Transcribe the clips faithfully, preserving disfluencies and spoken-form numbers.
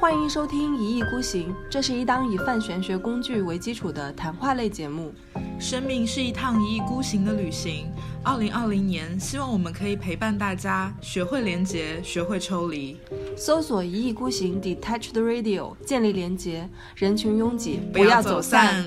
欢迎收听一意孤行，这是一档以泛玄学工具为基础的谈话类节目。 生命是一趟一意孤行的旅行，二零二零年希望我们可以陪伴大家学会连结，学会抽离。 搜索一意孤行 Detached Radio， 建立连结，人群拥挤， 不要走散。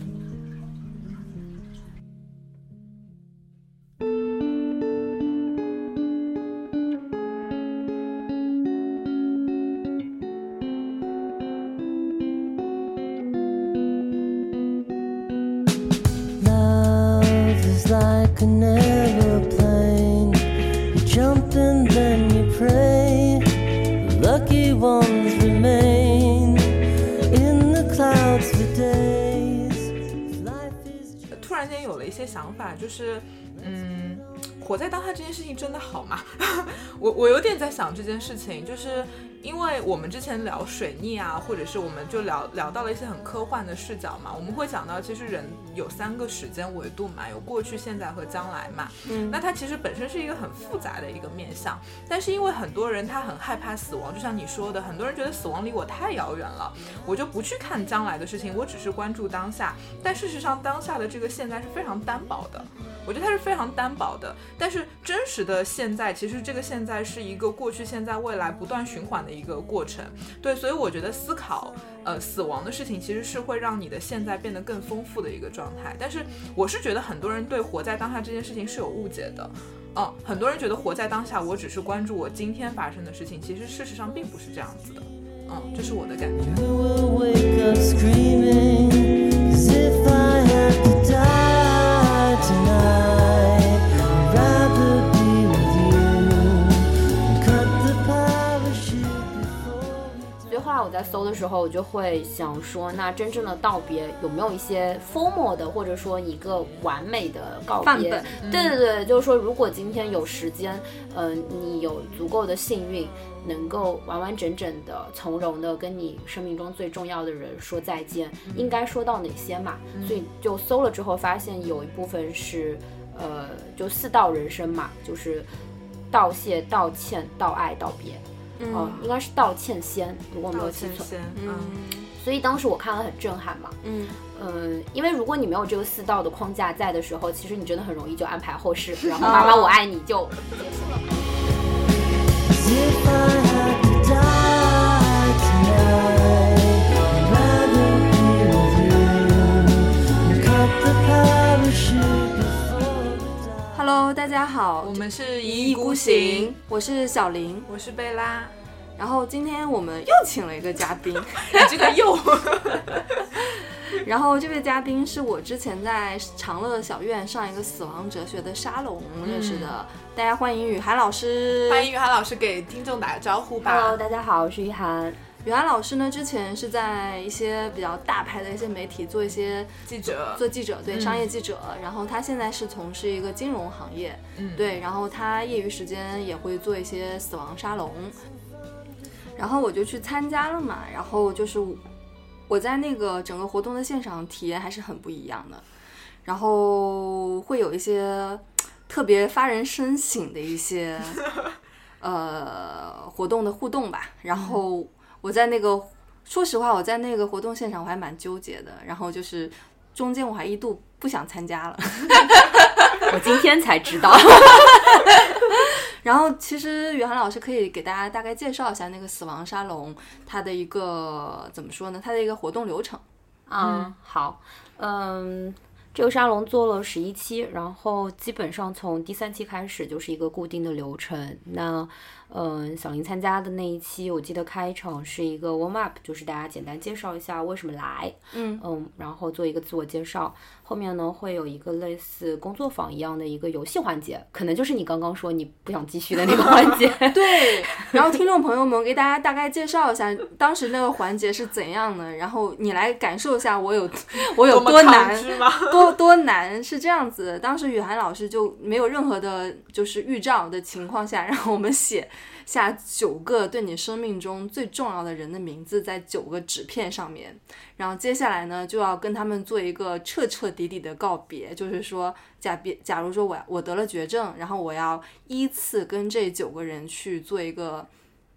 Like an aeroplane, you jump and then you pray, the lucky ones remain in the clouds for days. Life is just... 突然间有了一些想法，就是嗯，活在当下这件事情真的好吗？我我有点在想这件事情，就是因为我们之前聊水逆啊，或者是我们就聊聊到了一些很科幻的视角嘛，我们会讲到其实人有三个时间维度嘛，有过去、现在和将来嘛。嗯，那它其实本身是一个很复杂的一个面向，但是因为很多人他很害怕死亡，就像你说的，很多人觉得死亡离我太遥远了，我就不去看将来的事情，我只是关注当下。但事实上，当下的这个现在是非常单薄的。我觉得它是非常单薄的，但是真实的现在，其实这个现在是一个过去、现在、未来不断循环的一个过程。对，所以我觉得思考呃死亡的事情，其实是会让你的现在变得更丰富的一个状态。但是我是觉得很多人对活在当下这件事情是有误解的。嗯，很多人觉得活在当下，我只是关注我今天发生的事情，其实事实上并不是这样子的。嗯，这是我的感觉。 后来我在搜的时候，我就会想说，那真正的道别有没有一些 formal 的，或者说一个完美的告别？ 嗯、 对对对，就是说，如果今天有时间，呃，你有足够的幸运，能够完完整整的、从容的跟你生命中最重要的人说再见，嗯、应该说到哪些嘛？嗯、所以就搜了之后，发现有一部分是，呃，就四道人生嘛，就是道谢、道歉、道爱、道别。嗯、呃，应该是道歉先，如果没有记错。 嗯， 所以当时我看了很震撼嘛。嗯嗯、呃，因为如果你没有这个四道的框架在的时候，其实你真的很容易就安排后事，然后妈妈我爱你就结束了。 Hello， 大家好， 我们是一意孤行，我是小林， 我是贝拉。 然后今天我们又请了一个嘉宾， 你这个又。 然后这位嘉宾是我之前在长乐小院上一个死亡哲学的沙龙认识的，嗯、大家欢迎雨涵老师。 欢迎雨涵老师给听众打个招呼吧。 Hello， 大家好，我是雨涵。 雨涵老师呢，之前是在一些比较大牌的一些媒体做一些记者， 做记者，对、 嗯、 商业记者。然后他现在是从事一个金融行业，嗯，对。然后他业余时间也会做一些死亡沙龙。然后我就去参加了嘛，然后就是我在那个整个活动的现场体验还是很不一样的，然后会有一些特别发人深省的一些呃活动的互动吧。然后我在那个说实话我在那个活动现场我还蛮纠结的，然后就是中间我还一度不想参加了。 我今天才知道。 然后其实雨涵老师可以给大家大概介绍一下那个死亡沙龙它的一个怎么说呢，它的一个活动流程。 嗯，嗯好，嗯，这个沙龙做了十一期，然后基本上从第三期开始就是一个固定的流程。那嗯，小林参加的那一期，我记得开场是一个 warm up， 就是大家简单介绍一下为什么来，嗯嗯，然后做一个自我介绍。后面呢会有一个类似工作坊一样的一个游戏环节，可能就是你刚刚说你不想继续的那个环节。 对，然后听众朋友们给大家大概介绍一下当时那个环节是怎样的，然后你来感受一下我有我有多难多多难。是这样子的，当时雨涵老师就没有任何的就是预兆的情况下，让我们写下九个对你生命中最重要的人的名字在九个纸片上面，然后接下来呢就要跟他们做一个彻彻底底的告别，就是说假别假如说我我得了绝症，然后我要依次跟这九个人去做一个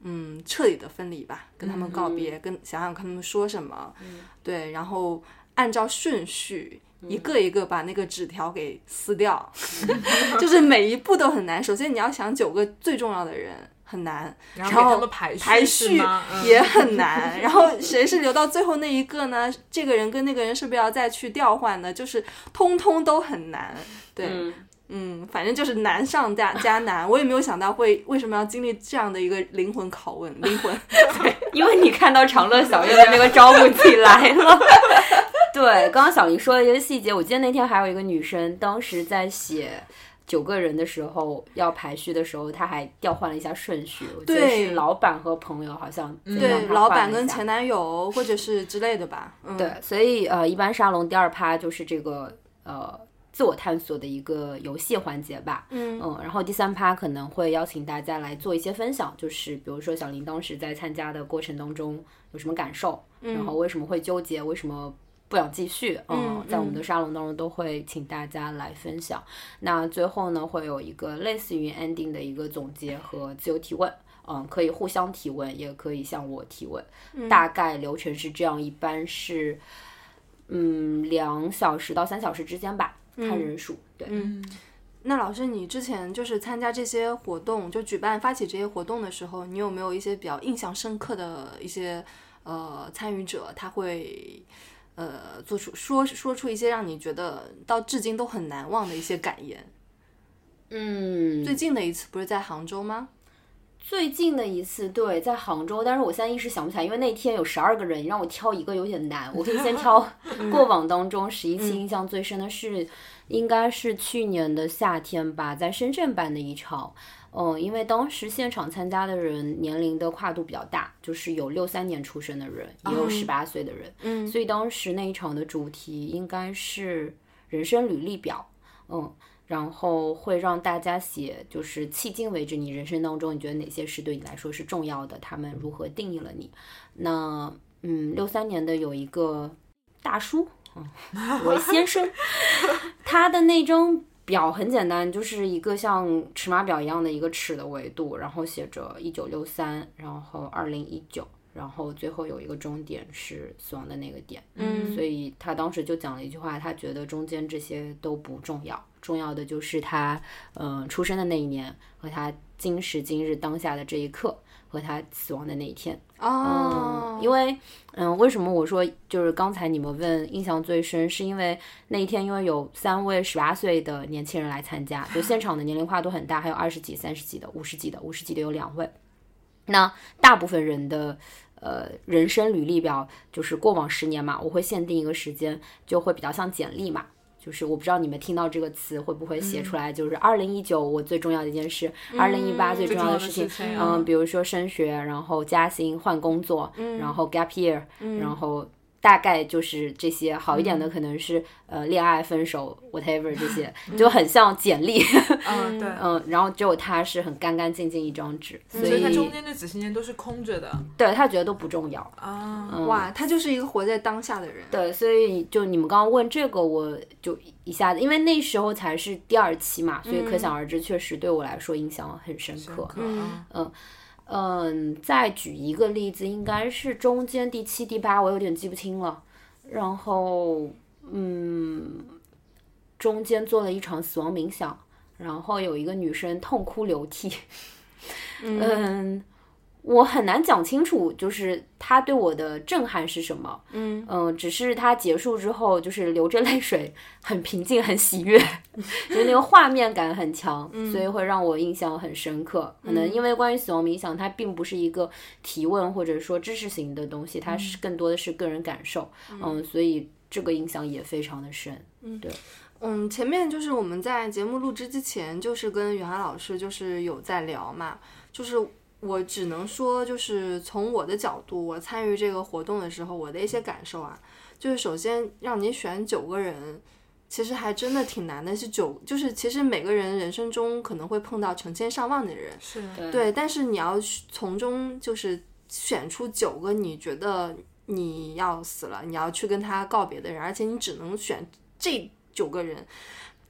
嗯彻底的分离吧，跟他们告别，嗯、跟想想看他们说什么， 嗯、 对，然后按照顺序。一个一个把那个纸条给撕掉，就是每一步都很难。首先你要想九个最重要的人很难， 然后给他们排序排序也很难。 嗯、 然后谁是留到最后那一个呢？这个人跟那个人是不是要再去调换呢？就是通通都很难。对，嗯, 嗯，反正就是难上加加难。我也没有想到会为什么要经历这样的一个灵魂拷问，灵魂。 对，因为你看到长乐小院的那个招募题来了。对，刚刚小林说的一个细节，我记得那天还有一个女生，当时在写九个人的时候，要排序的时候，她还调换了一下顺序。我记得是老板和朋友，好像对，老板跟前男友或者是之类的吧。嗯、 对，所以呃，一般沙龙第二趴就是这个呃自我探索的一个游戏环节吧。 嗯嗯，然后第三趴可能会邀请大家来做一些分享，就是比如说小林当时在参加的过程当中有什么感受， 嗯、 然后为什么会纠结，为什么不想继续，嗯，在我们的沙龙当中都会请大家来分享。那最后呢，会有一个类似于 ending 的一个总结和自由提问，嗯，可以互相提问，也可以向我提问。 嗯、 大概流程是这样，一般是嗯两小时到三小时之间吧，看人数。 嗯、 对， 嗯。那老师，你之前就是参加这些活动，就举办发起这些活动的时候，你有没有一些比较印象深刻的一些呃参与者，他会？呃，做出说说出一些让你觉得到至今都很难忘的一些感言。 嗯， 最近的一次不是在杭州吗？ 最近的一次对，在杭州，但是我现在一时想不起来，因为那天有十二个人，让我挑一个有点难。我可以先挑过往当中十一期印象最深的是，嗯、应该是去年的夏天吧，在深圳办的一场。嗯，因为当时现场参加的人年龄的跨度比较大，就是有六三年出生的人，也有十八岁的人， 嗯， 所以当时那一场的主题应该是人生履历表，嗯，然后会让大家写，就是迄今为止你人生当中你觉得哪些是对你来说是重要的，他们如何定义了你。那嗯，六三年的有一个大叔，嗯，我先生，他的那张表很简单，就是一个像尺码表一样的一个尺的维度，然后写着一九六三，然后二零一九，然后最后有一个终点是死亡的那个点。 嗯， 所以他当时就讲了一句话，他觉得中间这些都不重要，重要的就是他嗯、呃、出生的那一年和他今时今日当下的这一刻和他死亡的那一天。 哦， 嗯，因为嗯，为什么我说就是刚才你们问印象最深，是因为那一天因为有三位十八岁的年轻人来参加，就现场的年龄跨度很大，还有二十几、三十几的、五十几的、五十几的有两位。那大部分人的呃人生履历表就是过往十年嘛，我会限定一个时间，就会比较像简历嘛。就是我不知道你们听到这个词会不会写出来，就是二零一九我最重要的一件事，二零一八最重要的事情， 嗯， 嗯，比如说升学，然后加薪、换工作， 嗯， 然后 gap year， 嗯， 然后大概就是这些。好一点的可能是、嗯、呃恋爱、分手 whatever 这些， 嗯， 就很像简历。 嗯，对， 嗯，然后只有他是很干干净净一张纸， 嗯， 所以所以他中间这几十年都是空着的。 对，他觉得都不重要啊， 嗯， 哇，他就是一个活在当下的人。 对，所以就你们刚刚问这个，我就一下子，因为那时候才是第二期嘛，所以可想而知，确实对我来说影响很深刻。 嗯嗯嗯，再举一个例子，应该是中间第七、第八，我有点记不清了。然后嗯，中间做了一场死亡冥想，然后有一个女生痛哭流涕。 嗯, 嗯，我很难讲清楚，就是她对我的震撼是什么。 嗯嗯，只是她结束之后，就是流着泪水，很平静，很喜悦，就是那个画面感很强， 嗯， 所以会让我印象很深刻。可能因为关于死亡冥想，它并不是一个提问或者说知识型的东西，它是更多的是个人感受。嗯，嗯，所以这个印象也非常的深。 嗯， 对。 嗯，前面就是我们在节目录制之前，就是跟雨涵老师就是有在聊嘛，就是我只能说，就是从我的角度，我参与这个活动的时候，我的一些感受啊，就是首先让你选九个人，其实还真的挺难的，是九，就是其实每个人人生中可能会碰到成千上万的人， 是， 对，但是你要从中就是选出九个你觉得你要死了，你要去跟他告别的人，而且你只能选这九个人，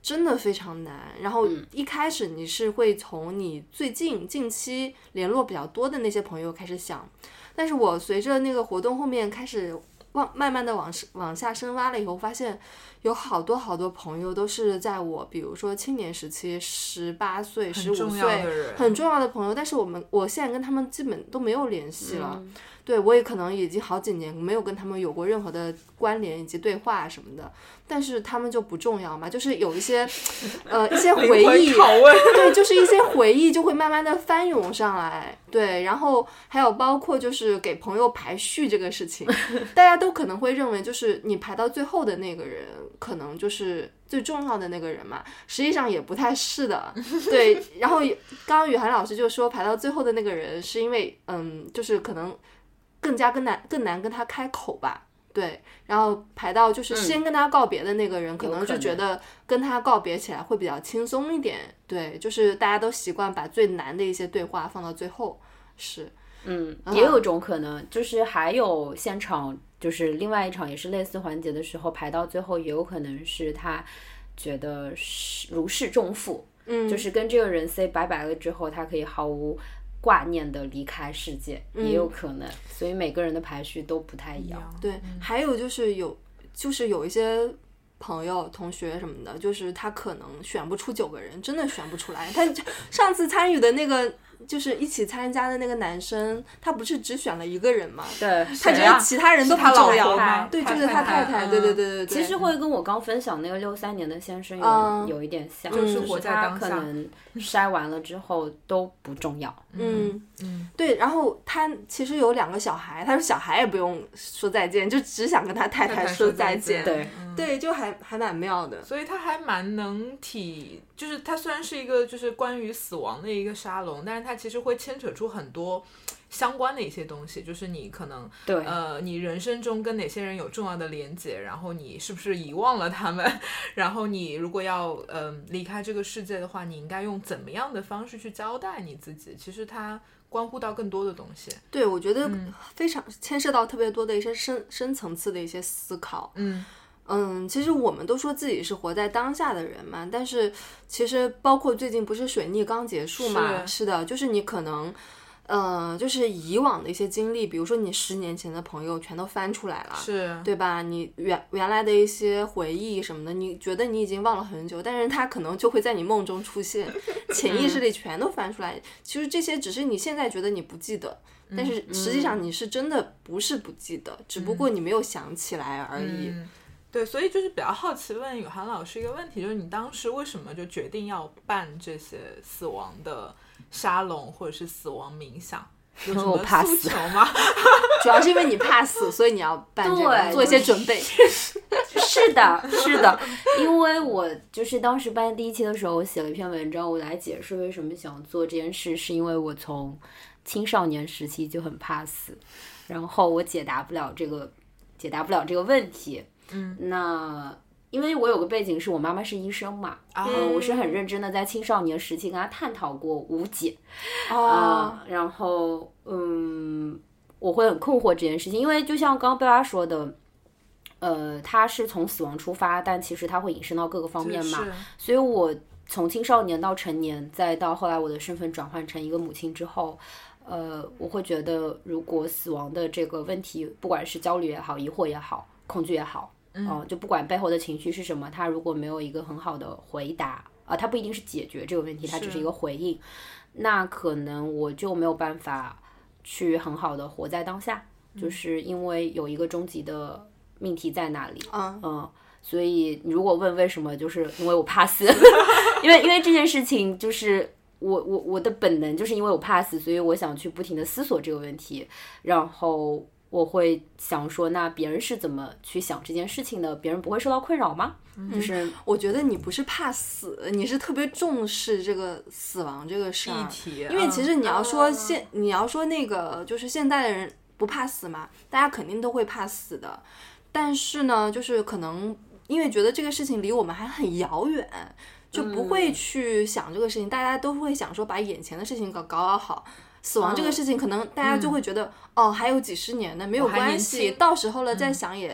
真的非常难。然后一开始你是会从你最近近期联络比较多的那些朋友开始想，但是我随着那个活动后面开始往慢慢的往往下深挖了以后，发现有好多好多朋友都是在我比如说青年时期十八岁十五岁很重要的朋友，但是我们我现在跟他们基本都没有联系了、嗯、对，我也可能已经好几年没有跟他们有过任何的关联以及对话什么的，但是他们就不重要嘛，就是有一些呃一些回忆对，就是一些回忆就会慢慢的翻涌上来。对，然后还有包括就是给朋友排序这个事情大家都可能会认为就是你排到最后的那个人可能就是最重要的那个人嘛，实际上也不太是的。对，然后刚刚雨涵老师就说排到最后的那个人是因为嗯，就是可能更加更难更难跟他开口吧。对，然后排到就是先跟他告别的那个人、嗯、可能就觉得跟他告别起来会比较轻松一点。对，就是大家都习惯把最难的一些对话放到最后。是， 嗯，也有种可能就是还有现场就是另外一场也是类似环节的时候排到最后，也有可能是他觉得如释重负，嗯，就是跟这个人 say 拜拜了之后他可以毫无挂念的离开世界、嗯、也有可能，所以每个人的排序都不太一样。 对、嗯、还有就是有就是有一些朋友同学什么的，就是他可能选不出九个人，真的选不出来。他上次参与的那个就是一起参加的那个男生，他不是只选了一个人吗？ 对， 他觉得其他人都不重要吗？对，就是他太太、嗯、对对对对对。 其实会跟我刚分享那个六三年的先生有、嗯、有一点像， 就是活在当下， 他可能筛完了之后都不重要。 嗯嗯，对。然后他其实有两个小孩，他说小孩也不用说再见，就只想跟他太太说再见。 对、 嗯、对，就还还蛮妙的。 所以他还蛮能体，就是他虽然是一个就是关于死亡的一个沙龙，但是他其实会牵扯出很多相关的一些东西，就是你可能对呃，你人生中跟哪些人有重要的连结，然后你是不是遗忘了他们，然后你如果要呃离开这个世界的话，你应该用怎么样的方式去交代你自己，其实它关乎到更多的东西。 对，我觉得非常牵涉到特别多的一些深深层次的一些思考。 嗯嗯，其实我们都说自己是活在当下的人嘛，但是其实包括最近不是水逆刚结束嘛， 是, 是的，就是你可能呃，就是以往的一些经历，比如说你十年前的朋友全都翻出来了， 是对吧？你原原来的一些回忆什么的，你觉得你已经忘了很久，但是它可能就会在你梦中出现，潜意识里全都翻出来。其实这些只是你现在觉得你不记得，但是实际上你是真的不是不记得，嗯、只不过你没有想起来而已。 嗯对，所以就是比较好奇问雨涵老师一个问题，就是你当时为什么就决定要办这些死亡的沙龙或者是死亡冥想？有什么诉求吗？ 主要是因为你怕死，所以你要办这个，做一些准备。 是的，是的，因为我就是当时办第一期的时候，我写了一篇文章，我来解释为什么想做这件事，是因为我从青少年时期就很怕死，然后我解答不了这个解答不了这个问题。 嗯， 那因为我有个背景是我妈妈是医生嘛， 啊、 嗯，我是很认真的在青少年时期跟她探讨过无解啊、 呃，然后嗯，我会很困惑这件事情，因为就像刚刚贝拉说的，呃，他是从死亡出发，但其实他会引申到各个方面嘛，所以我从青少年到成年，再到后来我的身份转换成一个母亲之后。呃，我会觉得，如果死亡的这个问题，不管是焦虑也好、疑惑也好、恐惧也好， 嗯、 呃，就不管背后的情绪是什么，它如果没有一个很好的回答，啊、呃，它不一定是解决这个问题，它只是一个回应，那可能我就没有办法去很好的活在当下，嗯、就是因为有一个终极的命题在那里， 嗯嗯、呃，所以你如果问为什么，就是因为我怕死，因为因为这件事情就是。我我我的本能就是因为我怕死，所以我想去不停的思索这个问题，然后我会想说，那别人是怎么去想这件事情的？别人不会受到困扰吗？ 嗯、 就是我觉得你不是怕死，你是特别重视这个死亡这个事儿。因为其实你要说现、嗯、你要说那个就是现代的人不怕死嘛，大家肯定都会怕死的，但是呢，就是可能因为觉得这个事情离我们还很遥远。就不会去想这个事情、嗯、大家都会想说把眼前的事情搞搞好，死亡这个事情可能大家就会觉得、嗯、哦还有几十年呢，没有关系，到时候了再想也、嗯、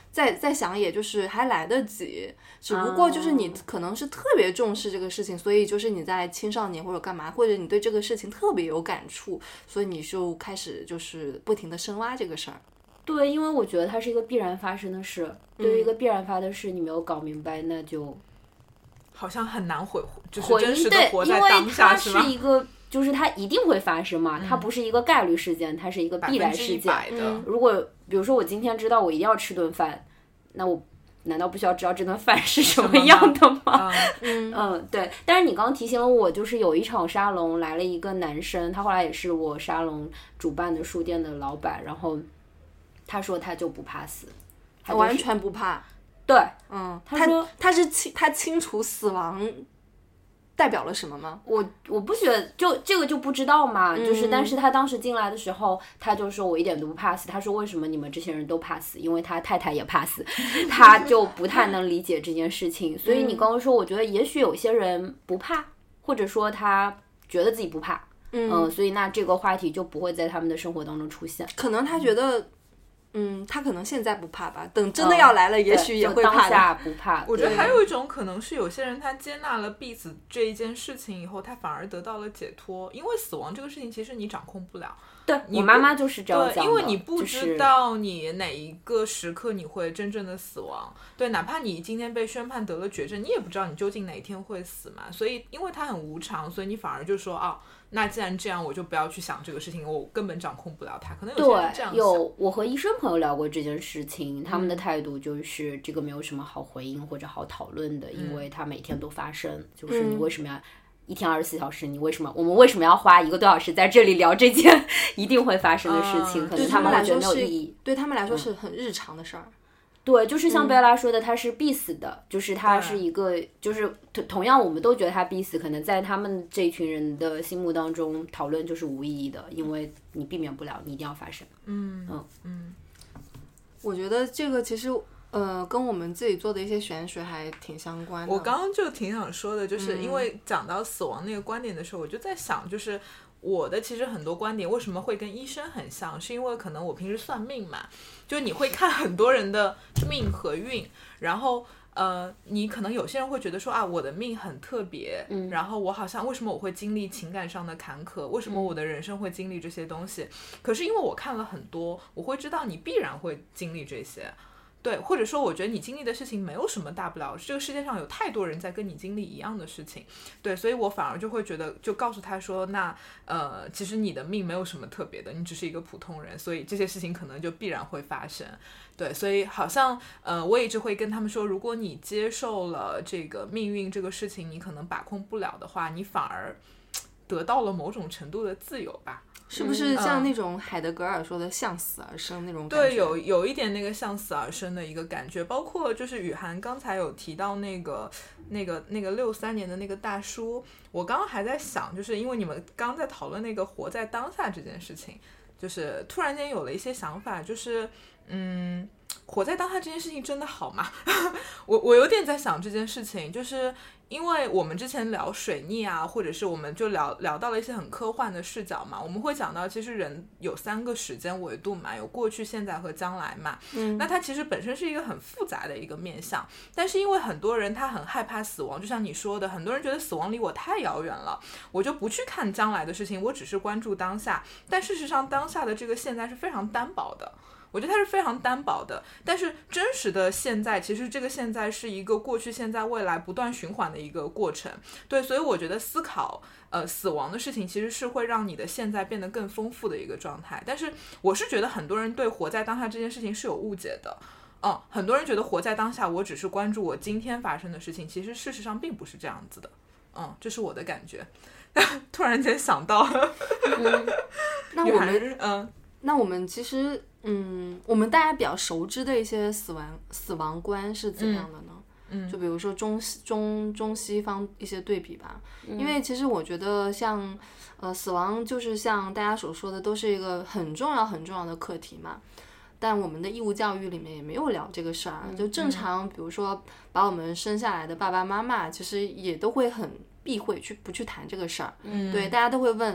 再再想，也就是还来得及，只不过就是你可能是特别重视这个事情，所以就是你在青少年或者干嘛，或者你对这个事情特别有感触，所以你就开始就是不停的深挖这个事儿。 对，因为我觉得它是一个必然发生的事，对于一个必然发生的事你没有搞明白，那就好像很难回，就是真实的活在当下，是吗？ 因为它是一个，就是它一定会发生嘛，嗯、它不是一个概率事件，它是一个必然事件。 嗯、 如果比如说我今天知道我一定要吃顿饭，那我难道不需要知道这顿饭是什么样的吗？ 嗯嗯，对。但是你刚刚提醒了我，就是有一场沙龙来了一个男生，他后来也是我沙龙主办的书店的老板，然后他说他就不怕死，他、就是、 完全不怕。 对， 嗯， 他说他是清他清楚死亡代表了什么吗？ 我我不觉得，就这个就不知道嘛， 嗯、 就是但是他当时进来的时候，他就说我一点都不怕死。他说为什么你们这些人都怕死？因为他太太也怕死，他就不太能理解这件事情。所以你刚刚说，我觉得也许有些人不怕，或者说他觉得自己不怕， 嗯， 嗯，所以那这个话题就不会在他们的生活当中出现。 可能他觉得。嗯，他可能现在不怕吧，等真的要来了，嗯、也许也会怕的。 当下不怕。 我觉得还有一种可能是，有些人他接纳了必死这一件事情以后，他反而得到了解脱，因为死亡这个事情其实你掌控不了。 对，我妈妈就是这样讲的。 对，因为你不知道你哪一个时刻你会真正的死亡。对，哪怕你今天被宣判得了绝症，你也不知道你究竟哪一天会死嘛。所以，因为它很无常，所以你反而就说啊。那既然这样，我就不要去想这个事情，我根本掌控不了它。可能有些人这样想。 对，有我和医生朋友聊过这件事情，他们的态度就是这个没有什么好回应或者好讨论的，因为它每天都发生。嗯、就是你为什么要一天二十四小时？你为什么我们为什么要花一个多小时在这里聊这件一定会发生的事情？嗯、可能他们会觉得没有意义。 对他们来说是很日常的事儿。 嗯对，就是像贝拉说的，它是必死的，嗯、就是它是一个，就是同样我们都觉得它必死，可能在他们这一群人的心目当中讨论就是无意义的，因为你避免不了，你一定要发生。 嗯嗯嗯， 我觉得这个其实呃跟我们自己做的一些玄学还挺相关的。 我刚刚就挺想说的，就是因为讲到死亡那个观点的时候，嗯、我就在想，就是。我的其实很多观点为什么会跟医生很像，是因为可能我平时算命嘛，就是你会看很多人的命和运，然后呃，你可能有些人会觉得说啊，我的命很特别， 嗯， 然后我好像为什么我会经历情感上的坎坷，为什么我的人生会经历这些东西，嗯、可是因为我看了很多，我会知道你必然会经历这些。对，或者说我觉得你经历的事情没有什么大不了，这个世界上有太多人在跟你经历一样的事情。对，所以我反而就会觉得，就告诉他说，那呃，其实你的命没有什么特别的，你只是一个普通人，所以这些事情可能就必然会发生。对，所以好像呃，我也一直会跟他们说，如果你接受了这个命运这个事情，你可能把控不了的话，你反而得到了某种程度的自由吧。 是不是像那种海德格尔说的向死而生那种感觉？ 对，有有一点那个向死而生的一个感觉，包括就是雨涵刚才有提到那个那个那个六三年的那个大叔，我刚刚还在想，就是因为你们刚刚在讨论那个活在当下这件事情，就是突然间有了一些想法，就是嗯，活在当下这件事情真的好吗？我我有点在想这件事情，就是因为我们之前聊水逆啊，或者是我们就聊聊到了一些很科幻的视角嘛，我们会讲到其实人有三个时间维度嘛，有过去、现在和将来嘛。 嗯， 那它其实本身是一个很复杂的一个面向，但是因为很多人他很害怕死亡，就像你说的，很多人觉得死亡离我太遥远了，我就不去看将来的事情，我只是关注当下。但事实上，当下的这个现在是非常单薄的。我觉得它是非常单薄的，但是真实的现在，其实这个现在是一个过去、现在、未来不断循环的一个过程。对，所以我觉得思考呃死亡的事情，其实是会让你的现在变得更丰富的一个状态。但是我是觉得很多人对活在当下这件事情是有误解的。嗯，很多人觉得活在当下，我只是关注我今天发生的事情，其实事实上并不是这样子的。嗯，这是我的感觉。突然间想到了， 嗯，那我们嗯， 那我们其实。嗯，我们大家比较熟知的一些死亡死亡观是怎样的呢？ 嗯， 就比如说中中中西方一些对比吧。嗯，因为其实我觉得像呃死亡就是像大家所说的都是一个很重要很重要的课题嘛。但我们的义务教育里面也没有聊这个事儿，嗯，就正常比如说把我们生下来的爸爸妈妈其实也都会很避讳去不去谈这个事儿。 嗯， 对，大家都会问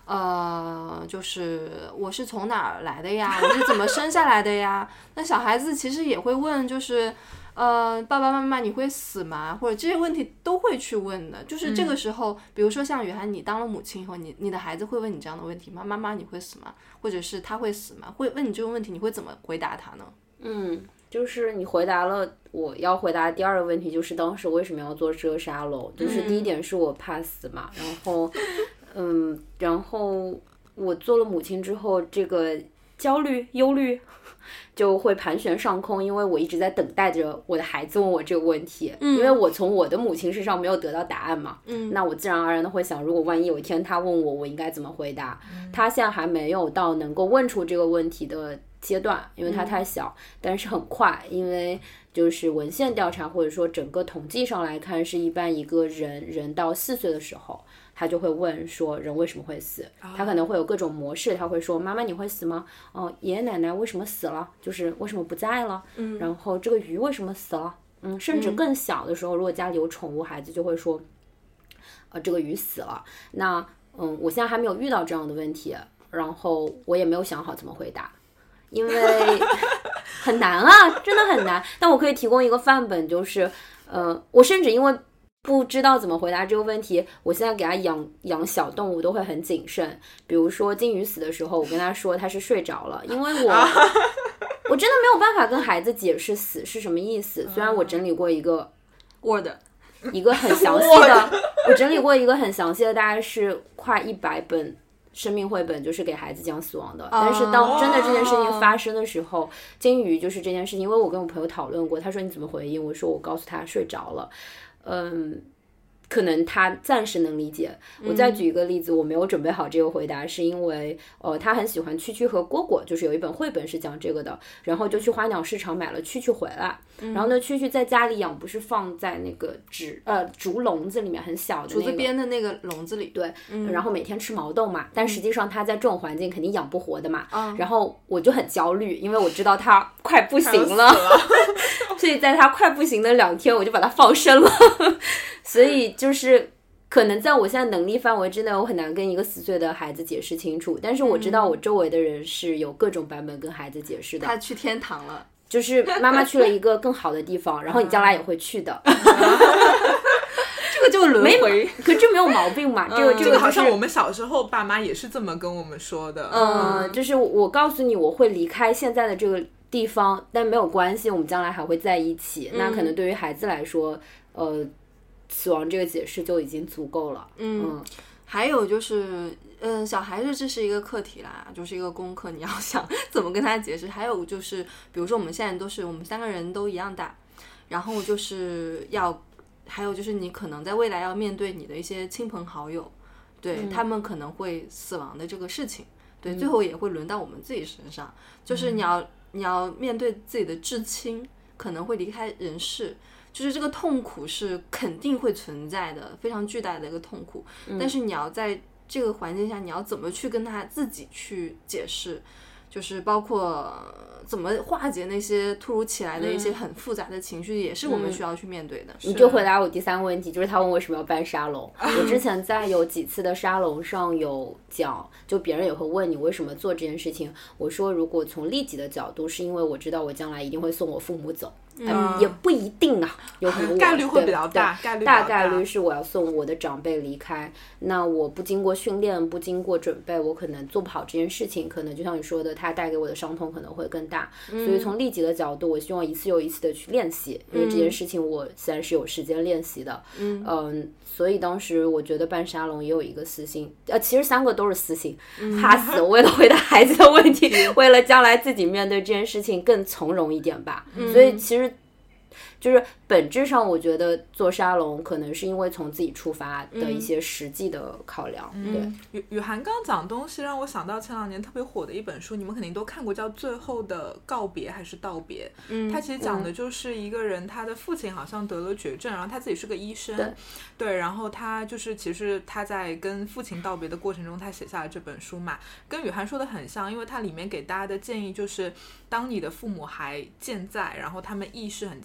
呃，就是我是从哪儿来的呀？我是怎么生下来的呀？那小孩子其实也会问，就是呃，爸爸妈妈你会死吗？或者这些问题都会去问的。就是这个时候，嗯、比如说像雨涵，你当了母亲以后，你你的孩子会问你这样的问题吗？妈妈你会死吗？或者是他会死吗？会问你这个问题，你会怎么回答他呢？ 嗯，就是你回答了我要回答的第二个问题，就是当时为什么要做这个沙龙？就是第一点是我怕死嘛，然后。嗯，然后我做了母亲之后，这个焦虑、忧虑就会盘旋上空，因为我一直在等待着我的孩子问我这个问题，嗯、因为我从我的母亲身上没有得到答案嘛，嗯，那我自然而然的会想，如果万一有一天他问我，我应该怎么回答？嗯、他现在还没有到能够问出这个问题的阶段，因为他太小，嗯、但是很快，因为就是文献调查或者说整个统计上来看，是一般一个人人到四岁的时候。他就会问说人为什么会死，他可能会有各种模式，他会说妈妈你会死吗？哦，爷爷奶奶为什么死了？就是为什么不在了？嗯，然后这个鱼为什么死了？嗯，甚至更小的时候，如果家里有宠物，孩子就会说，呃，这个鱼死了。那嗯，我现在还没有遇到这样的问题，然后我也没有想好怎么回答，因为很难啊，真的很难。但我可以提供一个范本，就是呃，我甚至因为。不知道怎么回答这个问题，我现在给他养养小动物都会很谨慎。比如说金鱼死的时候，我跟他说他是睡着了，因为我我真的没有办法跟孩子解释死是什么意思。虽然我整理过一个 Word， 一个很详细的，我整理过一个很详细的，大概是快一百本生命绘本，就是给孩子讲死亡的。但是当真的这件事情发生的时候，金鱼就是这件事情，因为我跟我朋友讨论过，他说你怎么回应？我说我告诉他睡着了。嗯，可能他暂时能理解。我再举一个例子，嗯、我没有准备好这个回答，是因为呃，他很喜欢蛐蛐和蝈蝈，就是有一本绘本是讲这个的，然后就去花鸟市场买了蛐蛐回来，嗯、然后呢，蛐蛐在家里养，不是放在那个纸呃竹笼子里面，很小的那个竹子边的那个笼子里， 对，嗯、然后每天吃毛豆嘛，但实际上他在这种环境肯定养不活的嘛，嗯、然后我就很焦虑，因为我知道他快不行了。所以在他快不行的两天，我就把他放生了。所以就是可能在我现在能力范围之内，我很难跟一个四岁的孩子解释清楚。但是我知道我周围的人是有各种版本跟孩子解释的。 他去天堂了， 就是妈妈去了一个更好的地方，然后你将来也会去的。 这个就轮回， 可这没有毛病嘛？这个、 嗯、 这个、就是、 好像我们小时候爸妈也是这么跟我们说的。 嗯，就是我告诉你，我会离开现在的这个地方，但没有关系，我们将来还会在一起。嗯、那可能对于孩子来说，呃，死亡这个解释就已经足够了。 嗯，嗯还有就是，嗯，小孩子这是一个课题啦，就是一个功课，你要想怎么跟他解释。还有就是，比如说我们现在都是我们三个人都一样大，然后就是要，还有就是你可能在未来要面对你的一些亲朋好友，对、嗯、他们可能会死亡的这个事情，对，最后也会轮到我们自己身上，就是你要。嗯你要面对自己的至亲可能会离开人世，就是这个痛苦是肯定会存在的，非常巨大的一个痛苦、嗯、但是你要在这个环境下你要怎么去跟他自己去解释，就是包括怎么化解那些突如其来的一些很复杂的情绪、嗯、也是我们需要去面对的、 嗯、你就回答我第三个问题，就是他问为什么要办沙龙我之前在有几次的沙龙上有讲，就别人也会问你为什么做这件事情，我说如果从利己的角度，是因为我知道我将来一定会送我父母走，嗯，也不一定啊，有可能概率会比较大，概率大概率是我要送我的长辈离开，那我不经过训练，不经过准备，我可能做不好这件事情，可能就像你说的，它带给我的伤痛可能会更大、嗯、所以从利己的角度，我希望一次又一次的去练习，因为这件事情我现在是有时间练习的，嗯嗯，所以当时我觉得办沙龙也有一个私心，呃，其实三个都是私心，怕死，为了回答孩子的问题，为了将来自己面对这件事情更从容一点吧，所以其实就是本质上我觉得做沙龙可能是因为从自己出发的一些实际的考量、嗯、 对。雨雨涵刚讲东西让我想到前两年特别火的一本书，你们肯定都看过，叫《最后的告别》还是道别、嗯、他其实讲的就是一个人他的父亲好像得了绝症，然后他自己是个医生， 对, 对然后他就是其实他在跟父亲道别的过程中他写下了这本书嘛，跟雨涵说的很像，因为他里面给大家的建议就是当你的父母还健在，然后他们意识很清醒的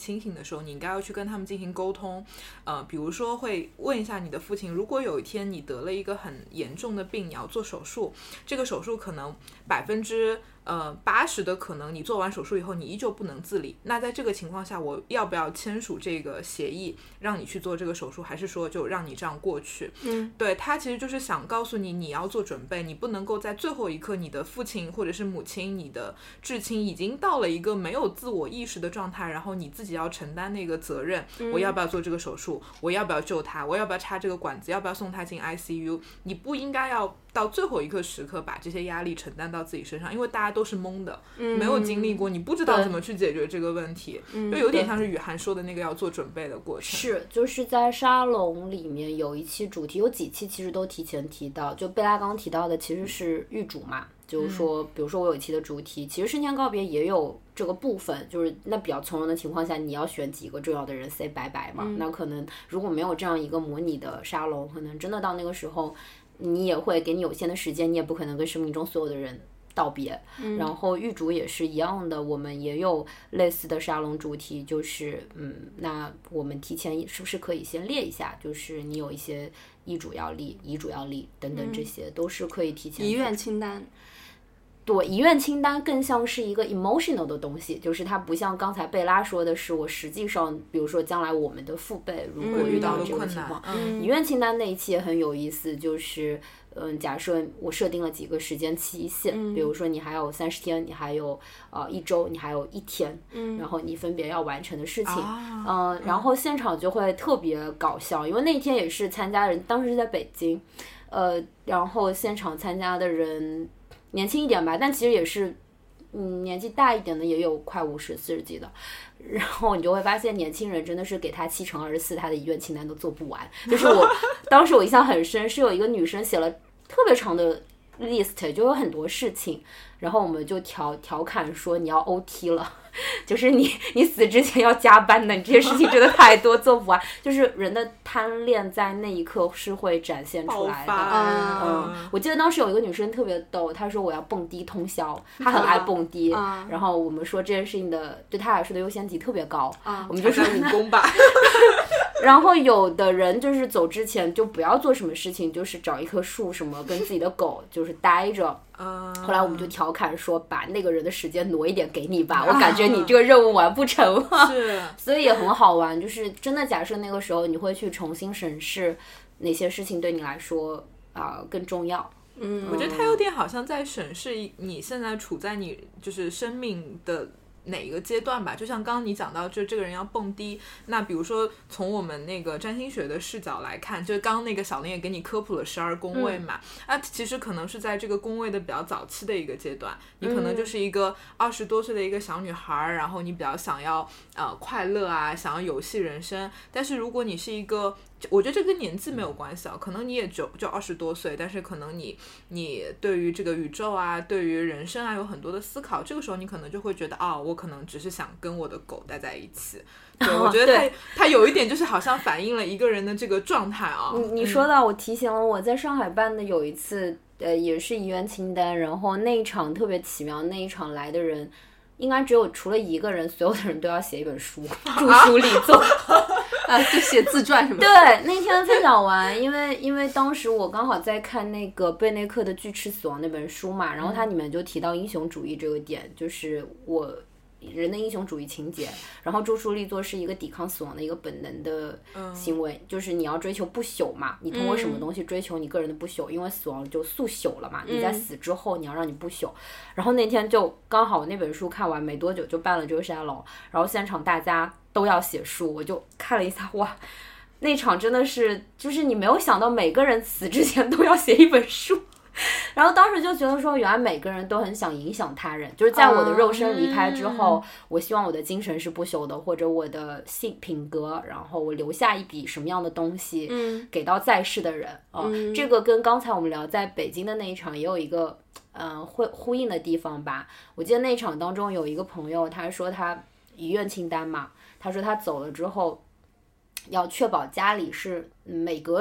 时候，你应该要去跟他们进行沟通，呃，比如说会问一下你的父亲，如果有一天你得了一个很严重的病，你要做手术，这个手术可能百分之呃八十的可能你做完手术以后你依旧不能自理，那在这个情况下我要不要签署这个协议让你去做这个手术，还是说就让你这样过去？ 嗯， 对，他其实就是想告诉你你要做准备，你不能够在最后一刻你的父亲或者是母亲你的至亲已经到了一个没有自我意识的状态，然后你自己要承担那个责任、嗯、我要不要做这个手术，我要不要救他，我要不要插这个管子，要不要送他进 I C U， 你不应该要到最后一刻时刻把这些压力承担到自己身上，因为大家都是懵的、嗯、没有经历过，你不知道怎么去解决这个问题、嗯、就有点像是雨涵说的那个要做准备的过程。 是，就是在沙龙里面有一期主题，有几期其实都提前提到，就贝拉刚提到的其实是预嘱嘛，就是说比如说我有一期的主题其实生前告别也有这个部分，就是那比较从容的情况下你要选几个重要的人 say 拜拜嘛、嗯、那可能如果没有这样一个模拟的沙龙，可能真的到那个时候你也会给你有限的时间，你也不可能跟生命中所有的人道别、嗯、然后预嘱也是一样的，我们也有类似的沙龙主题，就是嗯，那我们提前是不是可以先列一下，就是你有一些遗嘱要立遗嘱要立等等，这些、嗯、都是可以提前遗愿清单。 对，遗愿清单更像是一个 emotional 的东西，就是它不像刚才贝拉说的是我实际上比如说将来我们的父辈如果遇到这个情况、嗯、遗愿清单那一期也很有意思，就是嗯，假设我设定了几个时间期限、嗯、比如说你还有三十天，你还有呃一周，你还有一天、嗯、然后你分别要完成的事情、啊、嗯，然后现场就会特别搞笑，因为那天也是参加人当时是在北京，呃，然后现场参加的人年轻一点吧，但其实也是嗯年纪大一点的也有快五十四十几的，然后你就会发现年轻人真的是给他七乘二十四，他的遗愿清单都做不完。就是我当时我印象很深，是有一个女生写了特别长的 list， 就有很多事情，然后我们就调调侃说你要 O T 了，就是你你死之前要加班的，你这些事情真的太多做不完。就是人的贪恋在那一刻是会展现出来的。嗯，我记得当时有一个女生特别逗，她说我要蹦迪通宵，她很爱蹦迪、嗯、然后我们说这件事情的对她来说的优先级特别高、嗯、我们就说武功吧然后有的人就是走之前就不要做什么事情，就是找一棵树什么跟自己的狗就是待着。后来我们就调侃说把那个人的时间挪一点给你吧，我感觉你这个任务完不成了。 是， 所以也很好玩，就是真的假设那个时候你会去重新审视哪些事情对你来说啊、呃、更重要。 嗯，我觉得他有点好像在审视你现在处在你就是生命的哪一个阶段吧，就像刚刚你讲到就这个人要蹦迪，那比如说从我们那个占星学的视角来看，就刚刚那个小林也给你科普了十二宫位嘛，那、嗯啊、其实可能是在这个宫位的比较早期的一个阶段，你可能就是一个二十多岁的一个小女孩、嗯、然后你比较想要呃快乐啊，想要游戏人生，但是如果你是一个，我觉得这跟年纪没有关系啊，可能你也就就二十多岁，但是可能你你对于这个宇宙啊，对于人生啊有很多的思考，这个时候你可能就会觉得哦，我可能只是想跟我的狗待在一起。对，我觉得它它有一点就是好像反映了一个人的这个状态啊。 你你说到我提醒了我在上海办的有一次呃也是遗愿清单，然后那一场特别奇妙，那一场来的人应该只有除了一个人，所有的人都要写一本书，著书立作啊，就写自传什么的。 对，那天分享完，因为因为当时我刚好在看那个贝内克的《巨齿死亡》那本书嘛，然后它里面就提到英雄主义这个点，就是我人的英雄主义情节，然后著书立作是一个抵抗死亡的一个本能的行为、嗯、就是你要追求不朽嘛，你通过什么东西追求你个人的不朽、嗯、因为死亡就速朽了嘛，你在死之后你要让你不朽、嗯、然后那天就刚好那本书看完没多久就办了这个沙龙，然后现场大家都要写书，我就看了一下，哇，那场真的是就是你没有想到每个人死之前都要写一本书，然后当时就觉得说原来每个人都很想影响他人，就是在我的肉身离开之后、嗯、我希望我的精神是不朽的，或者我的性品格，然后我留下一笔什么样的东西、嗯、给到在世的人、呃嗯、这个跟刚才我们聊在北京的那一场也有一个呃会呼应的地方吧。我记得那一场当中有一个朋友他说他遗愿清单嘛，他说他走了之后要确保家里是每隔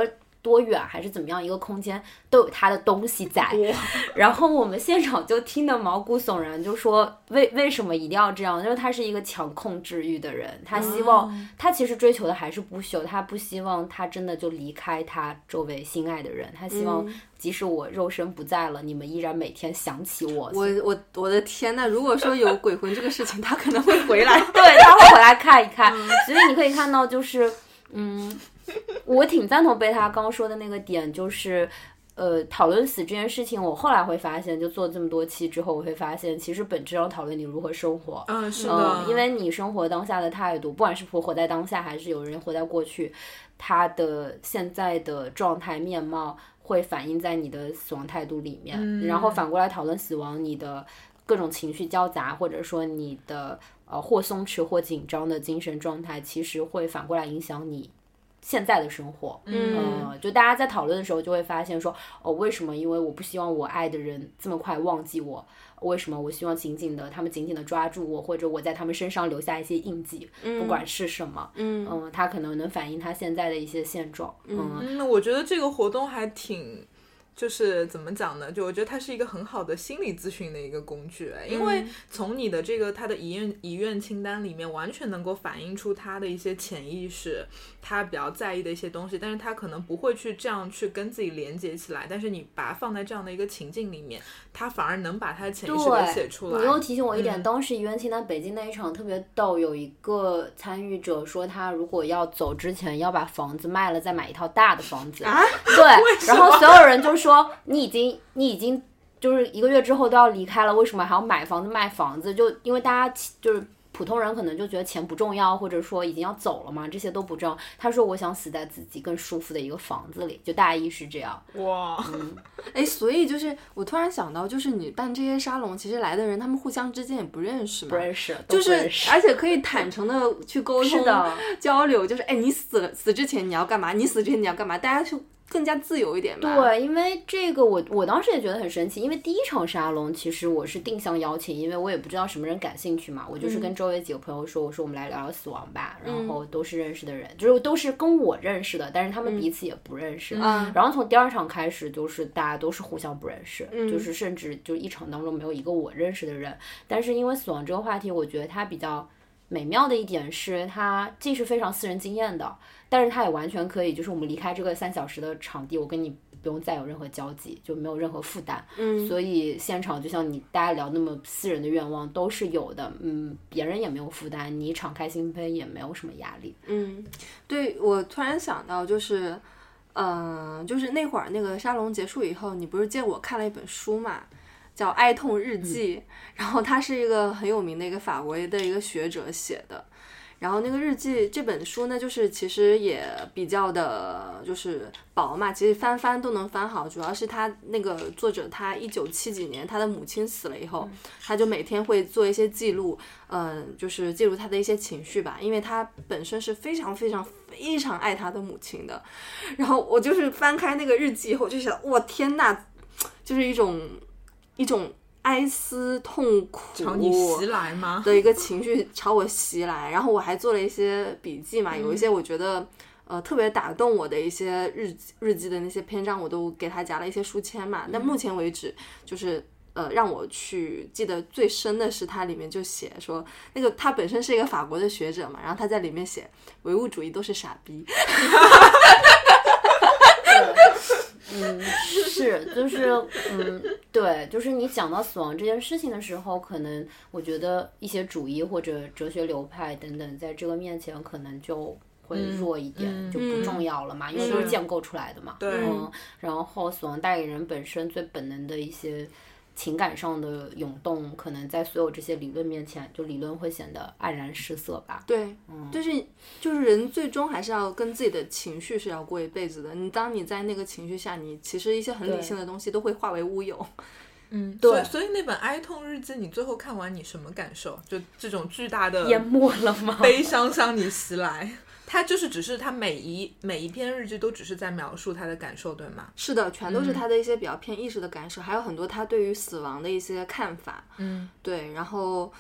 多远还是怎么样一个空间都有他的东西在。然后我们现场就听得毛骨悚然，就说为为什么一定要这样？因为他是一个强控制欲的人，他希望、哦、他其实追求的还是不朽，他不希望他真的就离开他周围心爱的人，他希望即使我肉身不在了、嗯、你们依然每天想起我。 我我我的天呐，如果说有鬼魂这个事情他可能会回来对，他会回来看一看、嗯、所以你可以看到就是嗯，我挺赞同贝塔刚刚说的那个点，就是呃，讨论死这件事情，我后来会发现，就做这么多期之后，我会发现，其实本质上讨论你如何生活。 嗯，是的、 嗯，因为你生活当下的态度，不管是活在当下，还是有人活在过去，他的现在的状态面貌会反映在你的死亡态度里面。嗯、然后反过来讨论死亡，你的各种情绪交杂，或者说你的呃或松弛或紧张的精神状态，其实会反过来影响你现在的生活。 嗯、 呃，就大家在讨论的时候就会发现说，哦，为什么？因为我不希望我爱的人这么快忘记我，为什么我希望紧紧的他们紧紧的抓住我，或者我在他们身上留下一些印记、嗯、不管是什么。嗯嗯，他可能能反映他现在的一些现状。嗯嗯，我觉得这个活动还挺就是怎么讲呢，就我觉得它是一个很好的心理咨询的一个工具，因为从你的这个他的遗愿遗愿清单里面完全能够反映出他的一些潜意识，他比较在意的一些东西，但是他可能不会去这样去跟自己连接起来，但是你把它放在这样的一个情境里面，他反而能把他的潜意识给写出来。 你又提醒我一点、 嗯、 当时遗愿清单北京那一场特别逗，有一个参与者说他如果要走之前要把房子卖了再买一套大的房子啊， 对，然后所有人就说你已经你已经就是一个月之后都要离开了，为什么还要买房子卖房子？就因为大家就是普通人可能就觉得钱不重要，或者说已经要走了嘛，这些都不重要。他说我想死在自己更舒服的一个房子里，就大意是这样。 哇， 嗯，哎，所以就是我突然想到，就是你办这些沙龙，其实来的人他们互相之间也不认识嘛， 不认识， 就是而且可以坦诚的去沟通的交流，就是哎，你死了死之前你要干嘛？你死之前你要干嘛？大家就更加自由一点吧。 对，因为这个我我当时也觉得很神奇，因为第一场沙龙其实我是定向邀请，因为我也不知道什么人感兴趣嘛，我就是跟周围几个朋友说，我说我们来聊聊死亡吧， 嗯、 然后都是认识的人，就是都是跟我认识的，但是他们彼此也不认识。 嗯、 然后从第二场开始，就是大家都是互相不认识， 嗯、 就是甚至就一场当中没有一个我认识的人。但是因为死亡这个话题，我觉得它比较美妙的一点是，它既是非常私人经验的，但是它也完全可以，就是我们离开这个三小时的场地，我跟你不用再有任何交集，就没有任何负担。 嗯， 所以现场就像你大家聊那么私人的愿望都是有的，嗯，别人也没有负担，你敞开心扉也没有什么压力。 嗯，对，我突然想到就是，嗯、呃，就是那会儿那个沙龙结束以后，你不是借我看了一本书嘛？叫《哀痛日记》，嗯，然后他是一个很有名的一个法国的一个学者写的，然后那个日记这本书呢，就是其实也比较的就是薄嘛，其实翻翻都能翻好，主要是他那个作者他一九七几年他的母亲死了以后，嗯，他就每天会做一些记录，嗯、呃，就是记录他的一些情绪吧，因为他本身是非常非常非常爱他的母亲的，然后我就是翻开那个日记以后就想，哇天哪，就是一种一种哀思痛苦朝你袭来吗的一个情绪朝我袭来，然后我还做了一些笔记嘛，有一些我觉得呃特别打动我的一些日记日记的那些篇章，我都给他加了一些书签嘛。但目前为止，就是呃让我去记得最深的是，他里面就写说，那个他本身是一个法国的学者嘛，然后他在里面写唯物主义都是傻逼。 嗯，是，就是，嗯，对，就是你讲到死亡这件事情的时候，可能我觉得一些主义或者哲学流派等等，在这个面前可能就会弱一点， 嗯、 就不重要了嘛，嗯、因为都是建构出来的嘛。 对。 嗯，然后死亡带给人本身最本能的一些情感上的涌动，可能在所有这些理论面前，就理论会显得黯然失色吧。 对， 嗯， 就是就是人最终还是要跟自己的情绪是要过一辈子的。你当你在那个情绪下，你其实一些很理性的东西都会化为乌有。 嗯，对，所以那本哀痛日记你最后看完你什么感受？就这种巨大的淹没了吗？ 悲伤向你袭来。他就是只是他每一每一篇日记都只是在描述他的感受，对吗？ 是的，全都是他的一些比较偏意识的感受，嗯，还有很多他对于死亡的一些看法。 嗯， 对，然后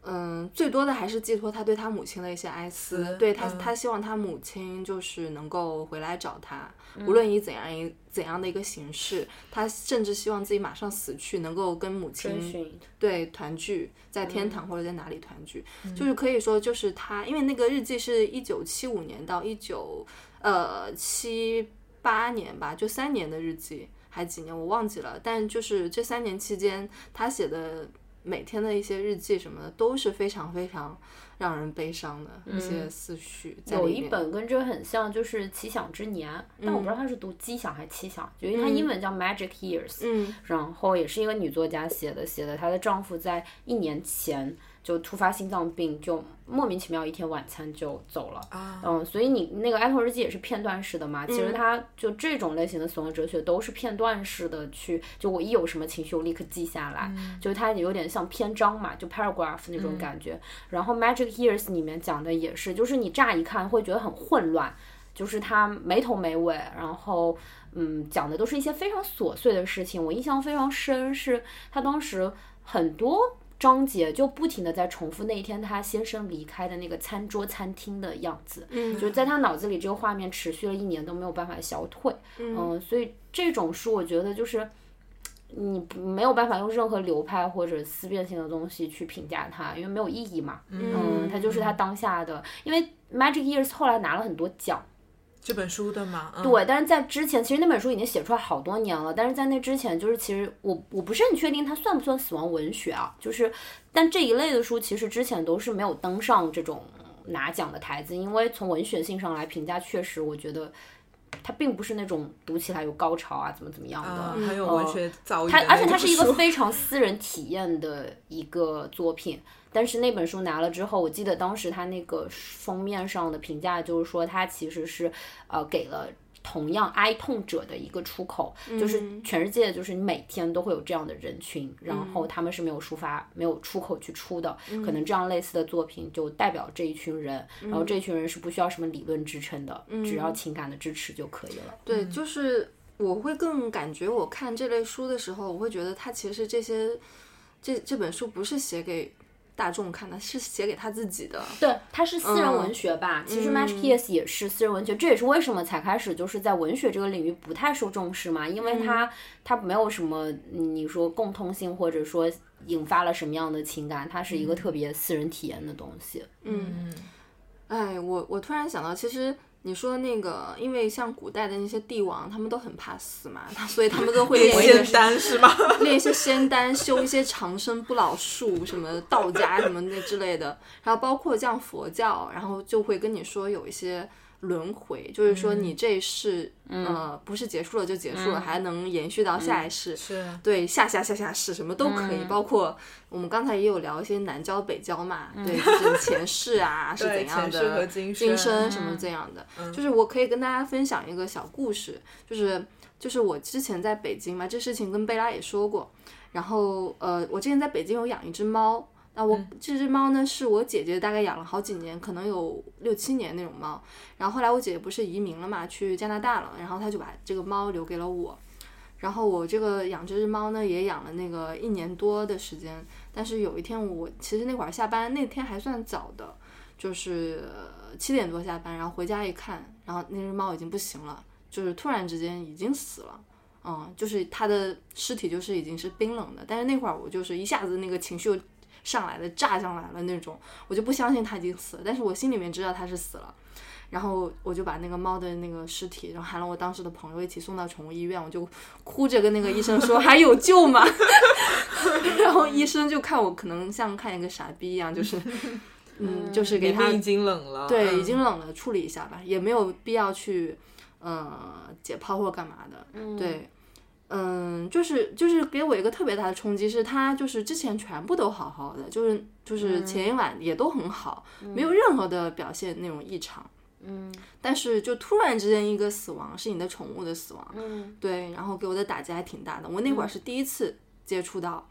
嗯，最多的还是寄托他对他母亲的一些哀思，对他、嗯、他希望他母亲就是能够回来找他，嗯、无论以怎样一怎样的一个形式，他甚至希望自己马上死去，能够跟母亲对团聚在天堂或者在哪里团聚，嗯、就是可以说就是他，因为那个日记是一九七五年到一九呃七八年吧，就三年的日记，还几年我忘记了，但就是这三年期间他写的每天的一些日记什么的都是非常非常让人悲伤的一些思绪在里面、 嗯、有一本跟这很像，就是奇想之年、嗯、但我不知道它是读奇想还是奇想，因为它英文叫 Magic Years、嗯、然后也是一个女作家写的，写的她的丈夫在一年前就突发心脏病，就莫名其妙一天晚餐就走了、啊、嗯，所以你那个哀痛日记也是片段式的嘛、嗯、其实它就这种类型的死亡哲学都是片段式的，去就我一有什么情绪我立刻记下来、嗯、就是它有点像篇章嘛，就 paragraph 那种感觉、嗯、然后 Magic Years 里面讲的也是，就是你乍一看会觉得很混乱，就是它没头没尾，然后嗯，讲的都是一些非常琐碎的事情。我印象非常深是他当时很多章节就不停的在重复那一天他先生离开的那个餐桌餐厅的样子，嗯，就在他脑子里这个画面持续了一年都没有办法消退，嗯，嗯所以这种书我觉得就是你没有办法用任何流派或者思辨性的东西去评价它，因为没有意义嘛，嗯，嗯它就是他当下的，因为 Magic Years 后来拿了很多奖。 这本书的吗、嗯、 对，但是在之前其实那本书已经写出来好多年了，但是在那之前就是其实我我不是很确定它算不算死亡文学啊，就是但这一类的书其实之前都是没有登上这种拿奖的台子，因为从文学性上来评价，确实我觉得它并不是那种读起来有高潮啊怎么怎么样的、 嗯、很有文学造诣、 呃、而且它是一个非常私人体验的一个作品。但是那本书拿了之后，我记得当时他那个封面上的评价就是说他其实是呃给了同样哀痛者的一个出口、嗯、就是全世界就是你每天都会有这样的人群、嗯、然后他们是没有抒发没有出口去出的、嗯、可能这样类似的作品就代表这一群人、嗯、然后这一群人是不需要什么理论支撑的、嗯、只要情感的支持就可以了。 对，就是我会更感觉我看这类书的时候，我会觉得他其实这些这这本书不是写给大众看的，是写给他自己的。 对，他是私人文学吧、嗯、其实 Magic Years 也是私人文学、嗯、这也是为什么才开始就是在文学这个领域不太受重视嘛，因为他他、嗯、没有什么你说共通性或者说引发了什么样的情感，它是一个特别私人体验的东西。 嗯，哎，我我突然想到，其实你说那个，因为像古代的那些帝王，他们都很怕死嘛，所以他们都会练仙丹是吗？ 练一些仙丹，修一些长生不老术，什么道家什么那之类的。然后包括像佛教，然后就会跟你说有一些轮回，就是说你这一世、嗯、呃不是结束了就结束了、嗯、还能延续到下一世、嗯、 是对下下下下世什么都可以、嗯、包括我们刚才也有聊一些南郊北郊嘛、嗯、对，就是前世啊是怎样的， 前世和今生今生什么这样的、嗯、就是我可以跟大家分享一个小故事，就是就是我之前在北京嘛，这事情跟贝拉也说过，然后呃我之前在北京有养一只猫，那我这只猫呢是我姐姐大概养了好几年，可能有六七年那种猫，然后后来我姐姐不是移民了嘛，去加拿大了，然后她就把这个猫留给了我，然后我这个养这只猫呢也养了那个一年多的时间，但是有一天我其实那会儿下班，那天还算早的，就是七点多下班，然后回家一看，然后那只猫已经不行了，就是突然之间已经死了。嗯，就是它的尸体就是已经是冰冷的，但是那会儿我就是一下子那个情绪上来了，炸上来了那种，我就不相信它已经死了，但是我心里面知道它是死了，然后我就把那个猫的那个尸体，然后喊了我当时的朋友一起送到宠物医院，我就哭着跟那个医生说还有救吗？然后医生就看我可能像看一个傻逼一样，就是嗯，就是给它已经冷了， 对、 嗯、 已经冷了，处理一下吧，也没有必要去呃解剖或干嘛的、嗯、对。嗯，就是就是给我一个特别大的冲击，是他就是之前全部都好好的，就是就是前一晚也都很好、嗯、没有任何的表现那种异常，嗯，但是就突然之间一个死亡，是你的宠物的死亡，嗯，对，然后给我的打击还挺大的。我那会儿是第一次接触到，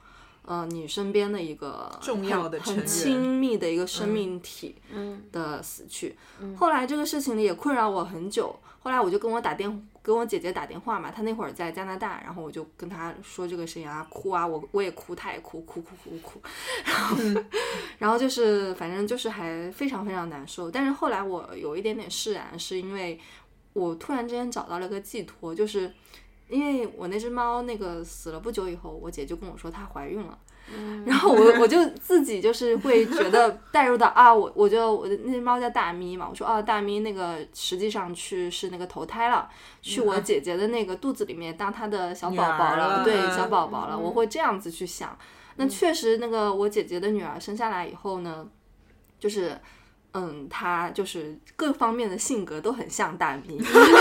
呃，你身边的一个重要的成员很亲密的一个生命体的死去。嗯、后来这个事情也困扰我很久，后来我就跟我打电跟我姐姐打电话嘛，她那会儿在加拿大，然后我就跟她说这个事情啊，哭啊，我我也哭，她也哭，哭哭哭哭，然后、嗯、然后就是反正就是还非常非常难受。但是后来我有一点点释然，是因为我突然之间找到了个寄托，就是因为我那只猫那个死了不久以后，我姐就跟我说她怀孕了。嗯、然后我我就自己就是会觉得带入到啊，我我就我的那只猫叫大咪嘛，我说啊大咪那个实际上去是那个投胎了，去我姐姐的那个肚子里面当她的小宝宝了，对小宝宝了，嗯、我会这样子去想。那确实那个我姐姐的女儿生下来以后呢，就是嗯她就是各方面的性格都很像大咪。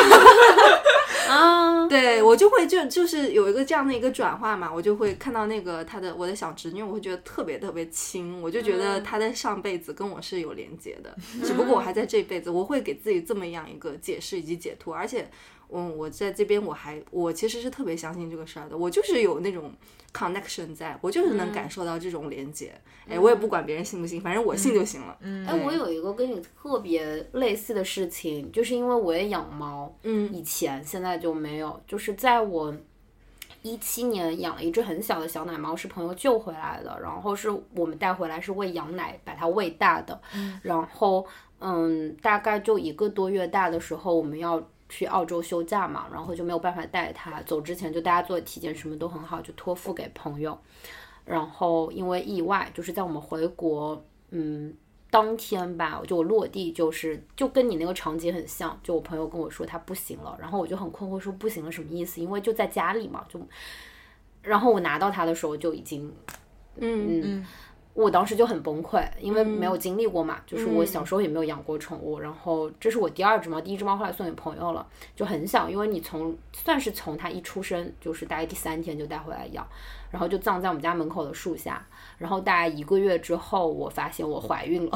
啊，对我就会就就是有一个这样的一个转化嘛，我就会看到那个他的我的小侄女，我会觉得特别特别亲，我就觉得他在上辈子跟我是有连接的，嗯、只不过我还在这辈子，我会给自己这么样一个解释以及解脱，而且，嗯，我在这边我还我其实是特别相信这个事儿的，我就是有那种 connection 在，我就是能感受到这种连接，哎、嗯，我也不管别人信不信，反正我信就行了。 嗯，哎，我有一个跟你特别类似的事情，就是因为我也养猫，嗯，以前现在就没有，就是在我一七年养了一只很小的小奶猫，是朋友救回来的，然后是我们带回来是喂羊奶把它喂大的，嗯、然后嗯，大概就一个多月大的时候，我们要去澳洲休假嘛，然后就没有办法带它，走之前就大家做体检什么都很好，就托付给朋友，然后因为意外，就是在我们回国嗯当天吧，就我落地就是就跟你那个场景很像，就我朋友跟我说他不行了，然后我就很困惑说不行了什么意思，因为就在家里嘛，就然后我拿到它的时候就已经嗯嗯我当时就很崩溃，因为没有经历过嘛、嗯、就是我小时候也没有养过宠物、嗯、然后这是我第二只猫，第一只猫后来送给朋友了，就很小，因为你从算是从它一出生就是大概第三天就带回来养，然后就葬在我们家门口的树下，然后大概一个月之后我发现我怀孕了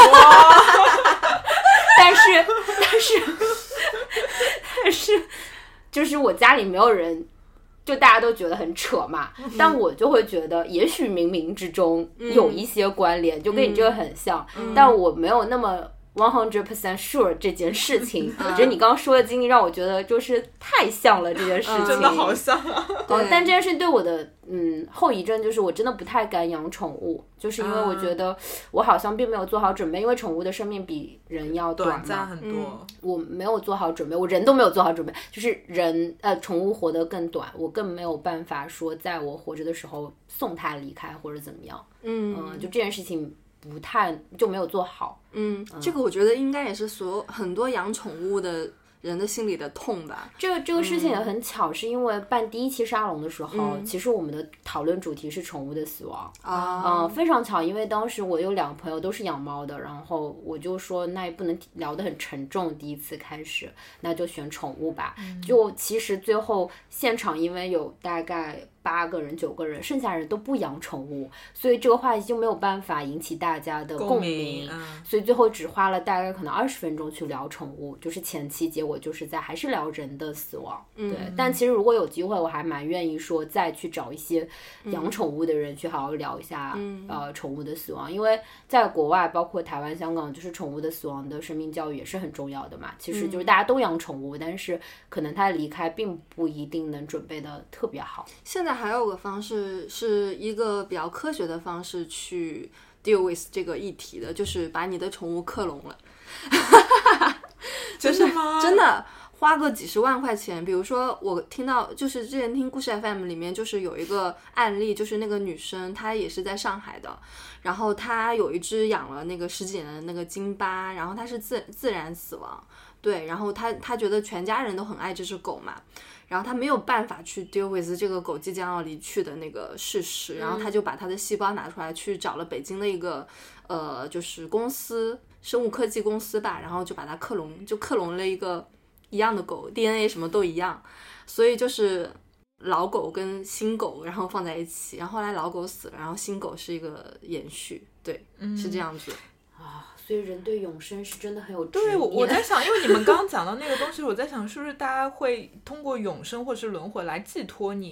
但是但是但是就是我家里没有人，就大家都觉得很扯嘛、嗯、但我就会觉得也许冥冥之中有一些关联、嗯、就跟你这个很像、嗯、但我没有那么百分之百 sure 这件事情、嗯、我觉得你刚刚说的经历让我觉得就是太像了这件事情、嗯、 真的好像啊、 嗯、但这件事情对我的嗯后遗症就是我真的不太敢养宠物，就是因为我觉得我好像并没有做好准备，因为宠物的生命比人要短嘛， 短暂很多、 嗯、我没有做好准备，我人都没有做好准备，就是人呃宠物活得更短，我更没有办法说在我活着的时候送它离开或者怎么样，嗯、呃、就这件事情不太就没有做好。 嗯，这个我觉得应该也是所有很多养宠物的人的心里的痛吧。 这个这个事情也很巧、嗯、是因为办第一期沙龙的时候、嗯、其实我们的讨论主题是宠物的死亡啊、呃，非常巧，因为当时我有两个朋友都是养猫的，然后我就说那也不能聊得很沉重，第一次开始那就选宠物吧、嗯、就其实最后现场因为有大概八个人九个人，剩下人都不养宠物，所以这个话题就没有办法引起大家的共鸣、嗯、所以最后只花了大概可能二十分钟去聊宠物，就是前期结果就是在还是聊人的死亡、嗯、对，但其实如果有机会我还蛮愿意说再去找一些养宠物的人去好好聊一下、嗯、呃宠物的死亡，因为在国外包括台湾香港就是宠物的死亡的生命教育也是很重要的嘛，其实就是大家都养宠物、嗯、但是可能他离开并不一定能准备的特别好。 现在还有个方式是一个比较科学的方式去 deal with 这个议题的，就是把你的宠物克隆了真的吗？ 真的花个几十万块钱，比如说我听到就是之前听故事 F M 里面就是有一个案例，就是那个女生她也是在上海的，然后她有一只养了那个十几年的那个金巴，然后她是自自然死亡，对，然后她她觉得全家人都很爱这只狗嘛，然后他没有办法去 deal with 这个狗即将要离去的那个事实，然后他就把他的细胞拿出来去找了北京的一个呃就是公司生物科技公司吧，然后就把它克隆，就克隆了一个一样的狗 D N A 什么都一样，所以就是老狗跟新狗然后放在一起，然后后来老狗死了，然后新狗是一个延续，对、嗯、是这样子啊，所以人对永生是真的很有执念。 对，我我在想，因为你们刚刚讲到那个东西，我在想是不是大家会通过永生或是轮回来寄托你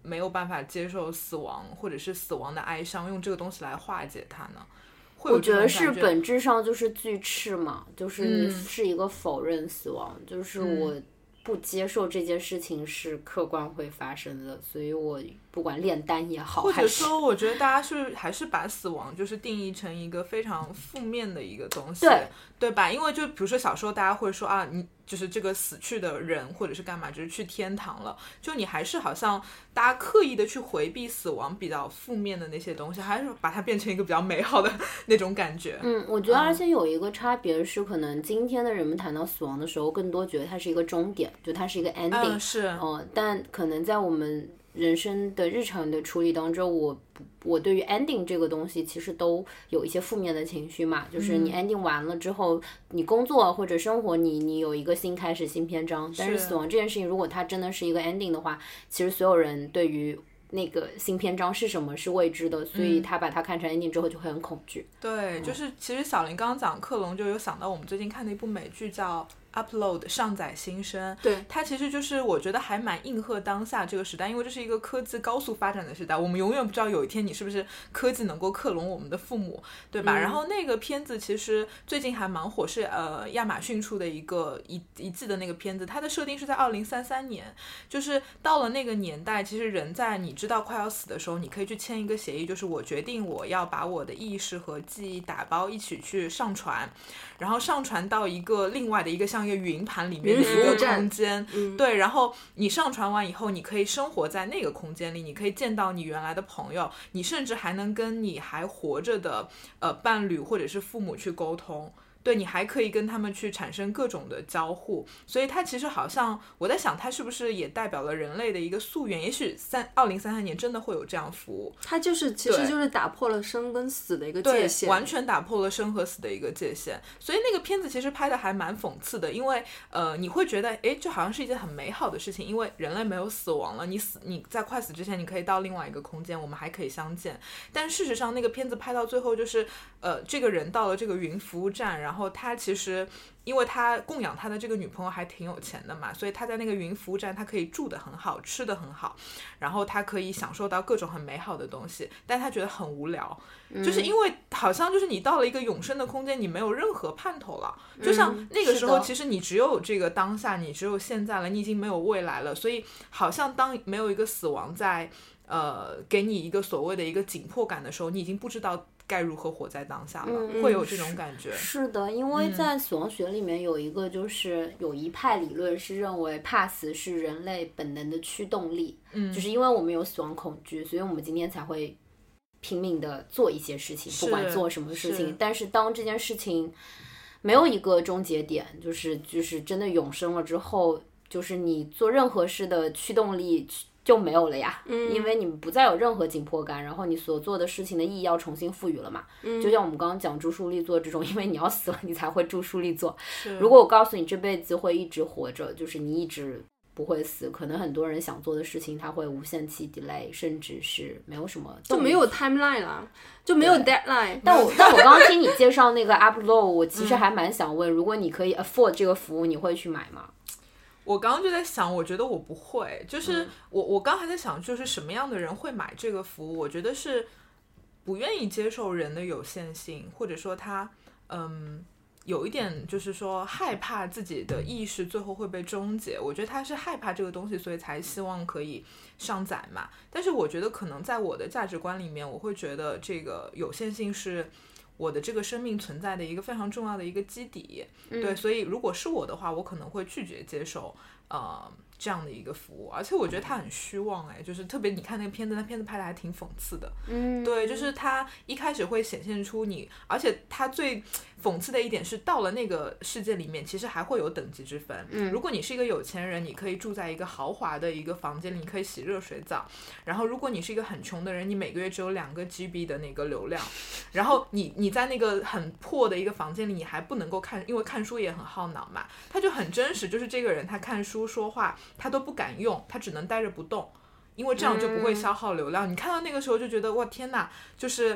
没有办法接受死亡或者是死亡的哀伤，用这个东西来化解它呢？ 我觉得是本质上就是拒斥嘛，就是你是一个否认死亡，嗯、就是我不接受这件事情是客观会发生的，所以我不管炼丹也好， 或者说我觉得大家是还是把死亡就是定义成一个非常负面的一个东西， 对对吧？因为就比如说小时候大家会说啊，你就是这个死去的人或者是干嘛，就是去天堂了，就你还是好像大家刻意的去回避死亡比较负面的那些东西，还是把它变成一个比较美好的那种感觉。 嗯，我觉得而且有一个差别是，可能今天的人们谈到死亡的时候更多觉得它是一个终点，就它是一个 ending， 嗯，是嗯，但可能在我们人生的日常的处理当中，我我对于 ending 这个东西其实都有一些负面的情绪嘛，就是你 ending 完了之后，你工作或者生活你你有一个新开始新篇章，但是死亡这件事情如果它真的是一个 ending 的话，其实所有人对于那个新篇章是什么是未知的，所以他把它看成 ending 之后就会很恐惧。 对，就是其实小林刚刚讲克隆就有想到我们最近看的一部美剧叫Upload 上载新生， 对， 它其实就是我觉得还蛮应和当下这个时代，因为这是一个科技高速发展的时代，我们永远不知道有一天你是不是科技能够克隆我们的父母，对吧？嗯、然后那个片子其实最近还蛮火，是呃亚马逊出的一个一一季的那个片子，它的设定是在二零三三年，就是到了那个年代，其实人在你知道快要死的时候，你可以去签一个协议，就是我决定我要把我的意识和记忆打包一起去上传，然后上传到一个另外的一个像一个云盘里面的一个空间， 嗯、 对，然后你上传完以后，你可以生活在那个空间里，你可以见到你原来的朋友，你甚至还能跟你还活着的呃伴侣或者是父母去沟通。对，你还可以跟他们去产生各种的交互，所以它其实好像我在想，它是不是也代表了人类的一个夙愿？也许三二零三三年真的会有这样服务。 它就是其实就是打破了生跟死的一个界限， 对，完全打破了生和死的一个界限。所以那个片子其实拍的还蛮讽刺的，因为呃你会觉得哎，这好像是一件很美好的事情，因为人类没有死亡了，你死你在快死之前，你可以到另外一个空间，我们还可以相见。但事实上，那个片子拍到最后就是呃这个人到了这个云服务站，然后然后他其实因为他供养他的这个女朋友还挺有钱的嘛，所以他在那个云服务站他可以住得很好，吃得很好，然后他可以享受到各种很美好的东西，但他觉得很无聊、嗯、就是因为好像就是你到了一个永生的空间，你没有任何盼头了，就像那个时候其实你只有这个当下，你只有现在了，你已经没有未来了，所以好像当没有一个死亡在呃给你一个所谓的一个紧迫感的时候，你已经不知道该如何活在当下了、嗯、会有这种感觉。 是, 是的，因为在死亡学里面有一个就是有一派理论是认为怕死是人类本能的驱动力、嗯、就是因为我们有死亡恐惧，所以我们今天才会拼命的做一些事情，不管做什么事情，是但是当这件事情没有一个终结点，就是就是真的永生了之后，就是你做任何事的驱动力就没有了呀、嗯、因为你不再有任何紧迫感，然后你所做的事情的意义要重新赋予了嘛、嗯、就像我们刚刚讲注疏立作这种，因为你要死了你才会注疏立作，如果我告诉你这辈子会一直活着，就是你一直不会死，可能很多人想做的事情他会无限期 delay， 甚至是没有什么就没有 timeline 了，就没有 deadline。 但我但我刚刚听你介绍那个 Upload 我其实还蛮想问、嗯、如果你可以 afford 这个服务你会去买吗？ 我刚刚就在想，我觉得我不会，就是我我刚还在想，就是什么样的人会买这个服务？我觉得是不愿意接受人的有限性，或者说他嗯有一点就是说害怕自己的意识最后会被终结。我觉得他是害怕这个东西，所以才希望可以上载嘛。但是我觉得可能在我的价值观里面，我会觉得这个有限性是我的这个生命存在的一个非常重要的一个基底、嗯、对，所以如果是我的话，我可能会拒绝接受呃这样的一个服务。而且我觉得他很虚妄，哎，就是特别你看那个片子，那片子拍的还挺讽刺的，嗯，对，就是他一开始会显现出你，而且他最讽刺的一点是，到了那个世界里面其实还会有等级之分、嗯、如果你是一个有钱人，你可以住在一个豪华的一个房间里，你可以洗热水澡，然后如果你是一个很穷的人，你每个月只有两个 G B 的那个流量，然后你你在那个很破的一个房间里，你还不能够看，因为看书也很耗脑嘛，他就很真实，就是这个人他看书说话他都不敢用，他只能待着不动，因为这样就不会消耗流量、嗯、你看到那个时候就觉得哇天哪，就是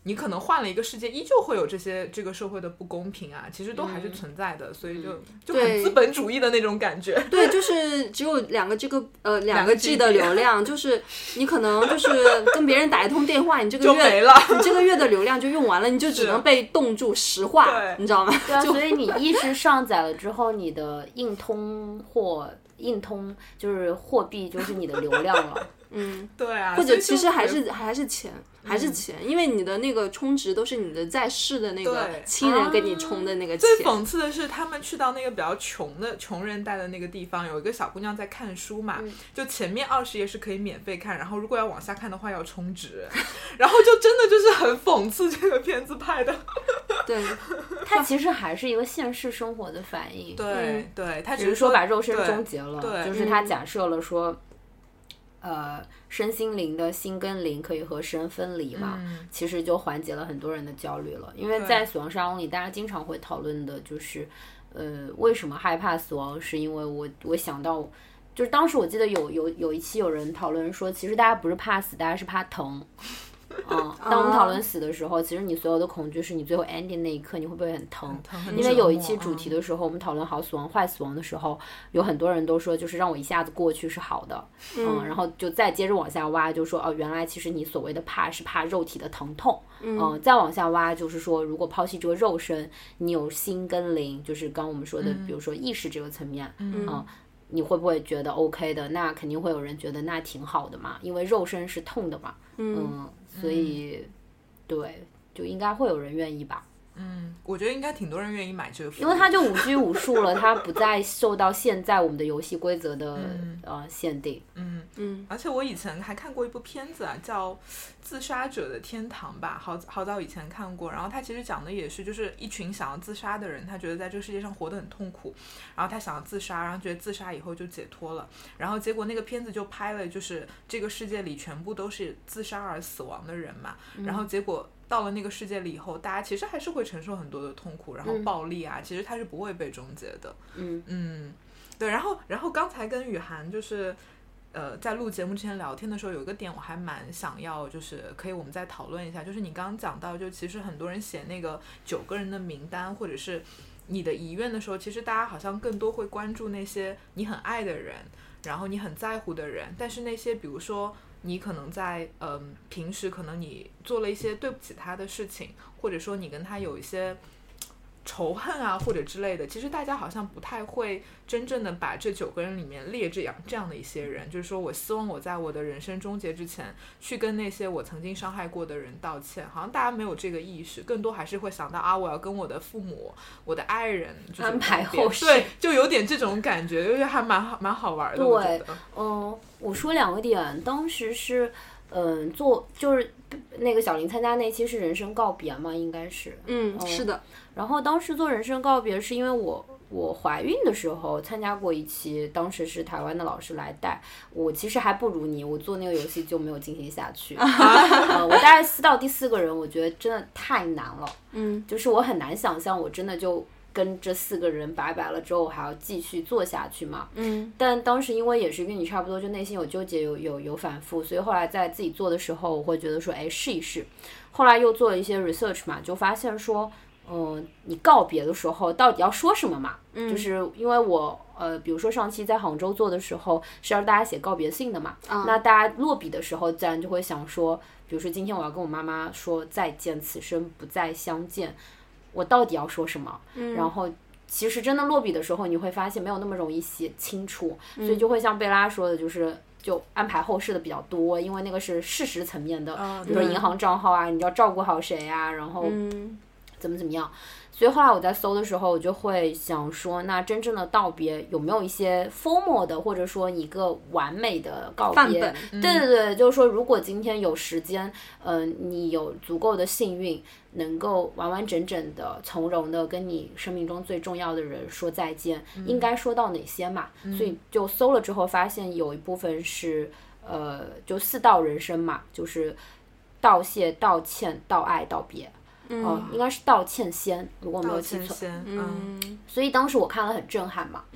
你可能换了一个世界，依旧会有这些这个社会的不公平啊，其实都还是存在的，嗯、所以就就很资本主义的那种感觉。 对，就是只有两个这个呃两个 G 的流量，就是你可能就是跟别人打一通电话，你这个月就没了， 你这个月的流量就用完了，你就只能被冻住石化，你知道吗？ 对啊，所以你一是上载了之后，你的硬通货。硬通就是货币，就是你的流量了。 嗯，对啊， 或者其实还是还是钱，还是钱、嗯，因为你的那个充值都是你的在世的那个亲人给你充的那个钱。 最讽刺的是，他们去到那个比较穷的穷人待的那个地方，有一个小姑娘在看书嘛，嗯、就前面二十页是可以免费看，然后如果要往下看的话要充值，然后就真的就是很讽刺这个片子拍的。 对， 它其实还是一个现实生活的反应。 对、嗯、对，他只是说把肉身终结了， 对， 就是他假设了说。呃，身心灵的心跟灵可以和身分离嘛、嗯、其实就缓解了很多人的焦虑了。因为在死亡沙龙里大家经常会讨论的就是呃，为什么害怕死亡，是因为我我想到就是当时我记得有有有一期有人讨论说，其实大家不是怕死，大家是怕疼。嗯，当我们讨论死的时候，其实你所有的恐惧是你最后 ending 那一刻你会不会很疼？ 很疼， 因为有一期主题的时候，嗯、我们讨论好死亡坏死亡的时候，有很多人都说就是让我一下子过去是好的，嗯，嗯然后就再接着往下挖，就说哦，原来其实你所谓的怕是怕肉体的疼痛，嗯，嗯再往下挖就是说，如果抛弃这个肉身，你有心跟灵，就是刚我们说的，嗯、比如说意识这个层面，嗯。嗯你会不会觉得 OK 的？那肯定会有人觉得那挺好的嘛，因为肉身是痛的嘛，嗯，嗯所以、嗯、对，就应该会有人愿意吧。 嗯，我觉得应该挺多人愿意买这个服务， 因为它就无拘无束了，它不再受到现在我们的游戏规则的、嗯、呃限定。 嗯嗯，而且我以前还看过一部片子啊，叫《自杀者的天堂》吧，好好早以前看过。然后它其实讲的也是，就是一群想要自杀的人，他觉得在这个世界上活得很痛苦，然后他想要自杀，然后觉得自杀以后就解脱了。然后结果那个片子就拍了，就是这个世界里全部都是自杀而死亡的人嘛。嗯、然后结果。到了那个世界里以后，大家其实还是会承受很多的痛苦，然后暴力啊，嗯、其实它是不会被终结的。嗯嗯，对。然后，然后刚才跟雨涵就是呃在录节目之前聊天的时候，有一个点我还蛮想要，就是可以我们再讨论一下，就是你刚刚讲到，就其实很多人写那个九个人的名单或者是你的遗愿的时候，其实大家好像更多会关注那些你很爱的人，然后你很在乎的人，但是那些比如说。你可能在嗯、呃、平时可能你做了一些对不起他的事情，或者说你跟他有一些仇恨啊或者之类的，其实大家好像不太会真正的把这九个人里面列这样这样的一些人，就是说我希望我在我的人生终结之前去跟那些我曾经伤害过的人道歉，好像大家没有这个意识，更多还是会想到啊我要跟我的父母我的爱人就是安排后事， 对，就有点这种感觉，因为还蛮好蛮好玩的。 对，嗯、呃，我说两个点，当时是嗯、呃、做就是那个小林参加那期是人生告别嘛，应该是嗯、呃、是的。 然后当时做人生告别是因为我我怀孕的时候参加过一期，当时是台湾的老师来带我，其实还不如你，我做那个游戏就没有进行下去、呃、我大概撕到第四个人，我觉得真的太难了，嗯，就是我很难想象我真的就跟这四个人拜拜了之后我还要继续做下去嘛，嗯，但当时因为也是跟你差不多，就内心有纠结有有有反复，所以后来在自己做的时候我会觉得说哎试一试，后来又做了一些 research 嘛，就发现说嗯、呃，你告别的时候到底要说什么嘛？嗯，就是因为我呃，比如说上期在杭州做的时候是让大家写告别信的嘛，嗯、那大家落笔的时候自然就会想说，比如说今天我要跟我妈妈说再见，此生不再相见，我到底要说什么？嗯，然后其实真的落笔的时候，你会发现没有那么容易写清楚，嗯、所以就会像贝拉说的，就是就安排后事的比较多，因为那个是事实层面的，哦、比如说银行账号啊，你要照顾好谁啊，然后。嗯怎么怎么样，所以后来我在搜的时候，我就会想说，那真正的道别有没有一些 formal 的，或者说一个完美的告别？ 嗯、 对对对，就是说，如果今天有时间，嗯、呃，你有足够的幸运，能够完完整整的、从容的跟你生命中最重要的人说再见，嗯、应该说到哪些嘛？嗯、所以就搜了之后，发现有一部分是呃，就四道人生嘛，就是道谢、道歉、道爱、道别。嗯、呃，应该是道歉先，如果我没有记错。 嗯， 所以当时我看了很震撼嘛。 嗯，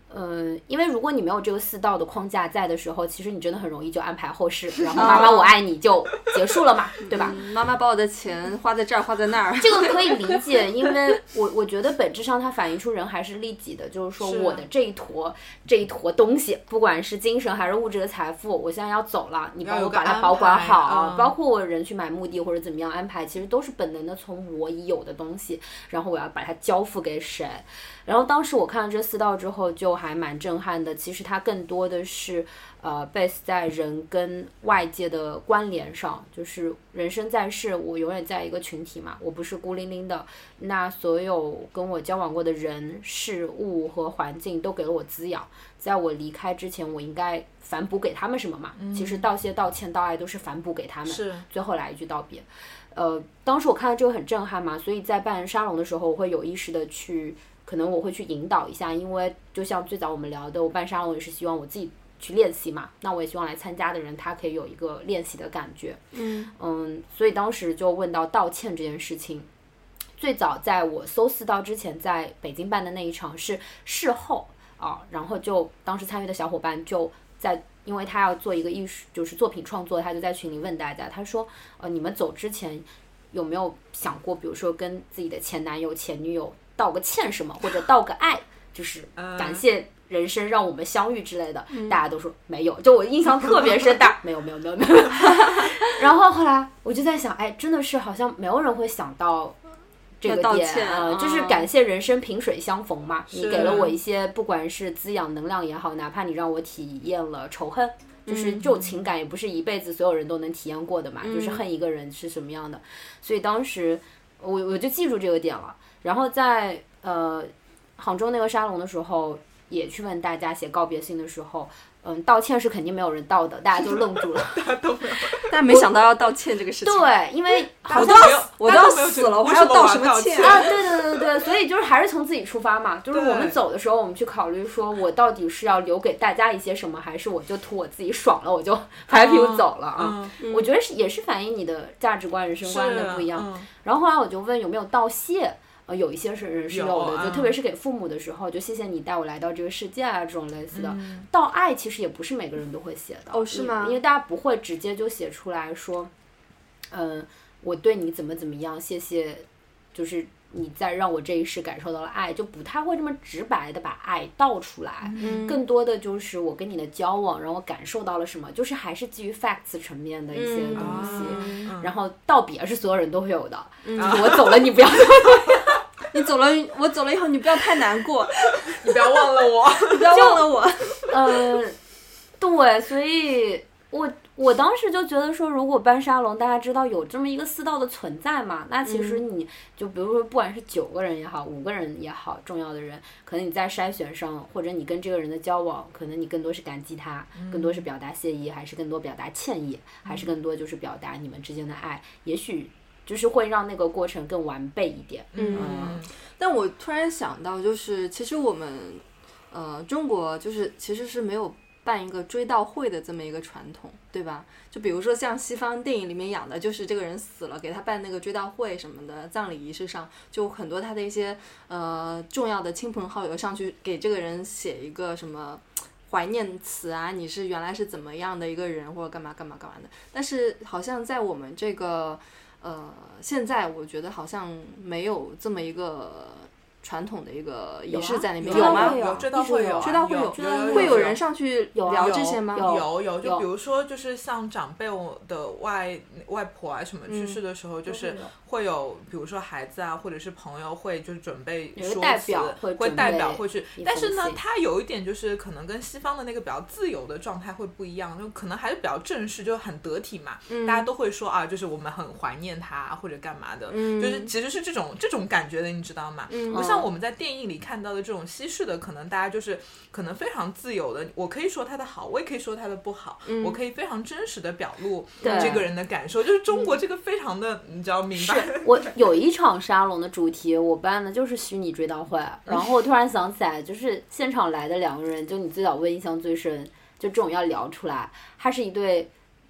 呃，因为如果你没有这个四道的框架在的时候，其实你真的很容易就安排后事，然后妈妈我爱你就结束了嘛，对吧？ 嗯、妈妈把我的钱花在这儿，花在那儿， 这个可以理解，因为我我觉得本质上它反映出人还是利己的，就是说我的这一坨这一坨东西，不管是精神还是物质的财富，我现在要走了，你帮我把它保管好， 嗯、 包括我人去买墓地或者怎么样安排，其实都是本能的从我已有的东西，然后我要把它交付给谁。然后当时我看了这四道之后就还蛮震撼的，其实它更多的是呃 base 在人跟外界的关联上，就是人生在世我永远在一个群体嘛，我不是孤零零的，那所有跟我交往过的人事物和环境都给了我滋养，在我离开之前我应该反哺给他们什么嘛、嗯、其实道谢道歉道爱都是反哺给他们， 是最后来一句道别。呃，当时我看到这个很震撼嘛，所以在办沙龙的时候我会有意识的去可能我会去引导一下，因为就像最早我们聊的，我办沙龙也是希望我自己去练习嘛，那我也希望来参加的人他可以有一个练习的感觉。 嗯嗯，所以当时就问到道歉这件事情，最早在我搜四道之前在北京办的那一场是事后啊，然后就当时参与的小伙伴就在，因为他要做一个艺术就是作品创作，他就在群里问大家，他说呃你们走之前有没有想过比如说跟自己的前男友前女友道个歉什么，或者道个爱，就是感谢人生让我们相遇之类的、嗯、大家都说没有，就我印象特别深，大没有没有没有没有然后后来我就在想，哎，真的是好像没有人会想到这个点啊、呃，就是感谢人生萍水相逢嘛，你给了我一些不管是滋养能量也好，哪怕你让我体验了仇恨，就是这种情感也不是一辈子所有人都能体验过的嘛、嗯、就是恨一个人是什么样的，所以当时我我就记住这个点了。然后在呃杭州那个沙龙的时候也去问大家写告别信的时候，嗯，道歉是肯定没有人道的，大家就愣住了大家都没有， 但没想到要道歉这个事情。 对，因为好像我都要死了，我还要道什么歉啊？对对对对，所以就是还是从自己出发嘛，就是我们走的时候我们去考虑说我到底是要留给大家一些什么，还是我就图我自己爽了我就拍屁股走了啊、嗯、我觉得是也是反映你的价值观人生观的不一样、嗯、然后后来我就问有没有道谢，呃，有一些是人是有的，有就特别是给父母的时候，就谢谢你带我来到这个世界啊，这种类似的。嗯、道爱其实也不是每个人都会写的， 哦，是吗？ 因为大家不会直接就写出来说，嗯、呃，我对你怎么怎么样，谢谢，就是你在让我这一世感受到了爱，就不太会这么直白的把爱道出来。 嗯， 更多的就是我跟你的交往，让我感受到了什么，就是还是基于 facts 层面的一些东西。 嗯、 然后道别是所有人都会有的，嗯、就是我走了，你不要怎么样。 你走了，我走了以后，你不要太难过， 你不要忘了我， 你不要忘了我。 呃，对，所以我我当时就觉得说，如果办沙龙，大家知道有这么一个四道的存在嘛，那其实你、嗯、就比如说，不管是九个人也好，五个人也好，重要的人，可能你在筛选上，或者你跟这个人的交往，可能你更多是感激他，嗯、更多是表达谢意，还是更多表达歉意，还是更多就是表达你们之间的爱，也许。就是会让那个过程更完备一点。 嗯，嗯但我突然想到，就是其实我们，呃，中国就是其实是没有办一个追悼会的这么一个传统，对吧？就比如说像西方电影里面养的，就是这个人死了，给他办那个追悼会什么的，葬礼仪式上就很多他的一些呃重要的亲朋好友上去给这个人写一个什么怀念词啊，你是原来是怎么样的一个人，或者干嘛干嘛干嘛的。但是好像在我们这个。呃，现在我觉得好像没有这么一个传统的一个仪式在那边， 有吗？ 有，追悼会有， 追悼会有，会有人上去聊这些吗？ 有有，就比如说，就是像长辈的外外婆啊什么去世的时候，就是会有，比如说孩子啊，或者是朋友会就是准备说辞，会代表会去，但是呢，它有一点就是可能跟西方的那个比较自由的状态会不一样，就可能还是比较正式，就很得体嘛，大家都会说啊，就是我们很怀念他或者干嘛的，就是其实是这种这种感觉的，你知道吗？不像我们在电影里看到的这种西式的，可能大家就是可能非常自由的，我可以说他的好，我也可以说他的不好，嗯、我可以非常真实的表露这个人的感受，就是中国这个非常的，嗯、你知道明白？ 我有一场沙龙的主题，我办的就是虚拟追悼会，然后我突然想起来，就是现场来的两个人，就你最早问印象最深，就这种要聊出来，他是一对。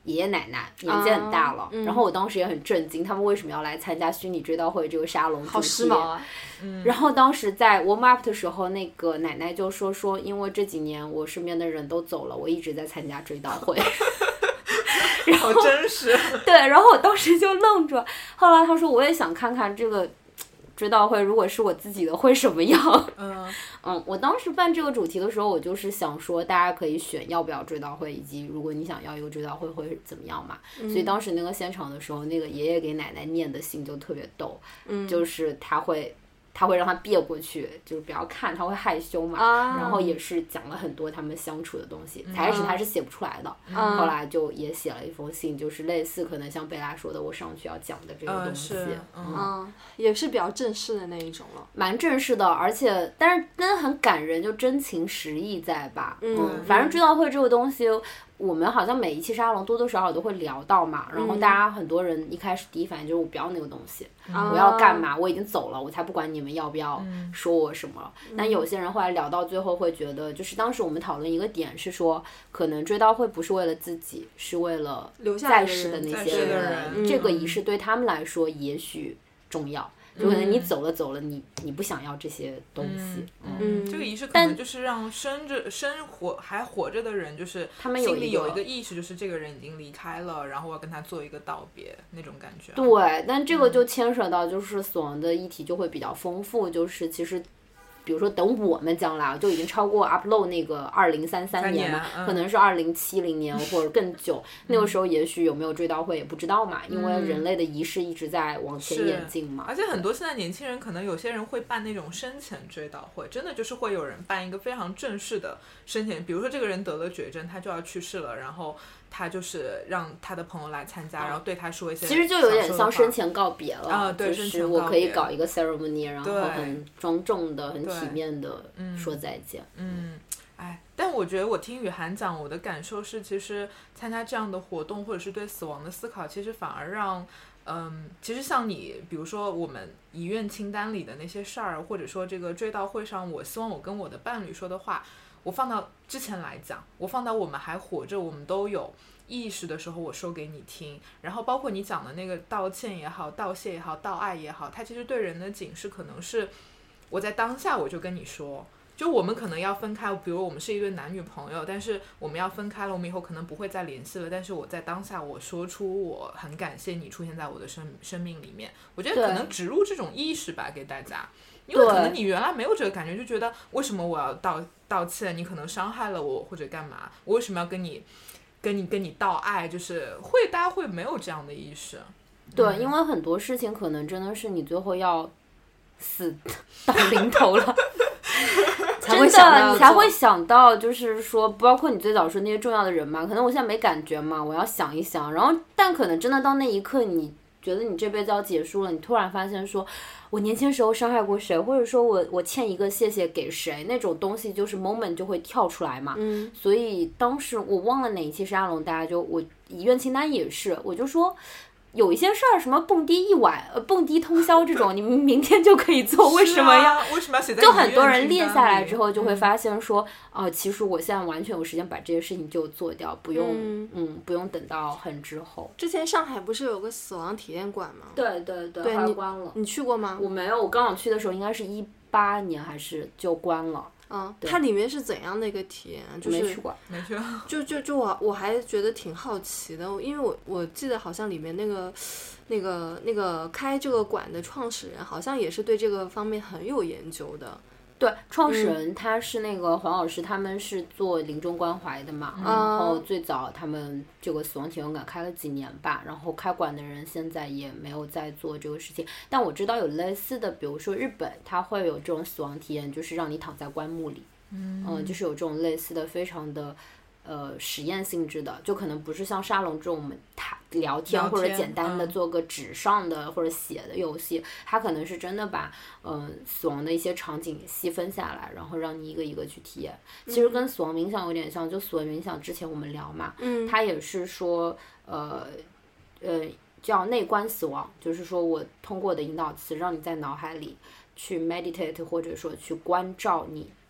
爷爷奶奶年纪很大了，啊嗯、然后我当时也很震惊，他们为什么要来参加虚拟追悼会这个沙龙主题？ 好时髦啊！ 嗯、然后当时在 warm up 的时候，那个奶奶就说说，因为这几年我身边的人都走了，我一直在参加追悼会。然后好真实。 对，然后我当时就愣住，后来他说我也想看看这个追悼会如果是我自己的会什么样。 嗯嗯，我当时办这个主题的时候，我就是想说大家可以选要不要追悼会，以及如果你想要一个追悼会会怎么样嘛、嗯、所以当时那个现场的时候，那个爷爷给奶奶念的信就特别逗、嗯、就是他会他会让他别过去，就是不要看，他会害羞嘛、啊、然后也是讲了很多他们相处的东西、嗯、才开始他是写不出来的、嗯、后来就也写了一封信，就是类似可能像贝拉说的我上去要讲的这个东西、 嗯嗯嗯、也是比较正式的那一种了， 蛮正式的，而且但是真的很感人，就真情实意在吧。嗯, 嗯反正追悼会这个东西我们好像每一期沙龙多多少少都会聊到嘛，然后大家很多人一开始第一反应就是我不要那个东西、嗯、我要干嘛，我已经走了，我才不管你们要不要说我什么、嗯、但有些人后来聊到最后会觉得，就是当时我们讨论一个点是说，可能追悼会不是为了自己，是为了在世的那些人，这个仪式对他们来说也许重要，就可能你走了走了，你你不想要这些东西。 嗯，嗯这个仪式可能就是让生着生活还活着的人，就是他们心里有一个意识，就是这个人已经离开了，然后我要跟他做一个道别那种感觉。 对，但这个就牵扯到就是死亡的议题就会比较丰富，就是其实。比如说等我们将来就已经超过 upload 那个二零三三年嘛、嗯、可能是二零七零年或者更久、嗯、那个时候也许有没有追悼会也不知道嘛、嗯、因为人类的仪式一直在往前演进嘛， 而且很多现在年轻人可能有些人会办那种生前追悼会，真的就是会有人办一个非常正式的生前，比如说这个人得了绝症，他就要去世了，然后他就是让他的朋友来参加、嗯、然后对他说一些， 其实就有点像生前告别了啊、对， 就是我可以搞一个 ceremony， 然后很庄重的很体面的说再见。 嗯，哎，但我觉得我听雨涵讲，我的感受是，其实参加这样的活动或者是对死亡的思考，其实反而让嗯，其实像你比如说我们遗愿清单里的那些事儿，或者说这个追悼会上我希望我跟我的伴侣说的话，我放到之前来讲，我放到我们还活着我们都有意识的时候我说给你听，然后包括你讲的那个道歉也好，道谢也好，道爱也好，它其实对人的警示可能是我在当下我就跟你说，就我们可能要分开，比如我们是一对男女朋友，但是我们要分开了，我们以后可能不会再联系了，但是我在当下我说出我很感谢你出现在我的生生命里面，我觉得可能植入这种意识吧给大家，因为可能你原来没有这个感觉，就觉得为什么我要道道歉，你可能伤害了我或者干嘛，我为什么要跟你跟你跟你道爱，就是会大家会没有这样的意识。 对、嗯、因为很多事情可能真的是你最后要死到临头了真的你才会想到，就是说包括你最早说那些重要的人嘛，可能我现在没感觉嘛，我要想一想，然后但可能真的到那一刻你觉得你这辈子要结束了，你突然发现说我年轻时候伤害过谁，或者说我我欠一个谢谢给谁，那种东西就是 moment 就会跳出来嘛。嗯，所以当时我忘了哪一期是阿龙，大家就我遗愿清单也是，我就说有一些事儿，什么蹦迪一晚，呃，蹦迪通宵这种，你们明天就可以做，为什么要？ 啊、为什么要写在？ 就很多人列下来之后，就会发现说，哦、嗯呃，其实我现在完全有时间把这些事情就做掉，不用，嗯，嗯不用等到很之后。 之前上海不是有个死亡体验馆吗？ 对对对， 对后来关了。 你去过吗？ 我没有，我刚好去的时候应该是一八年还是就关了。 嗯，它里面是怎样的一个体验啊？就是没去过， 没去。 就就就我我还觉得挺好奇的，因为我我记得好像里面那个那个那个开这个馆的创始人好像也是对这个方面很有研究的。 对，创始人他是那个黄老师，他们是做临终关怀的嘛、嗯、然后最早他们这个死亡体验馆开了几年吧，然后开馆的人现在也没有在做这个事情，但我知道有类似的，比如说日本它会有这种死亡体验，就是让你躺在棺木里，嗯、呃，就是有这种类似的非常的呃实验性质的，就可能不是像沙龙这种我们谈聊天或者简单的做个纸上的、嗯、或者写的游戏，它可能是真的把呃死亡的一些场景细分下来，然后让你一个一个去体验。其实跟死亡冥想有点像，就死亡冥想之前我们聊嘛，嗯，它也是说呃呃叫内观死亡，就是说我通过我的引导词让你在脑海里去 meditate， 或者说去关照你即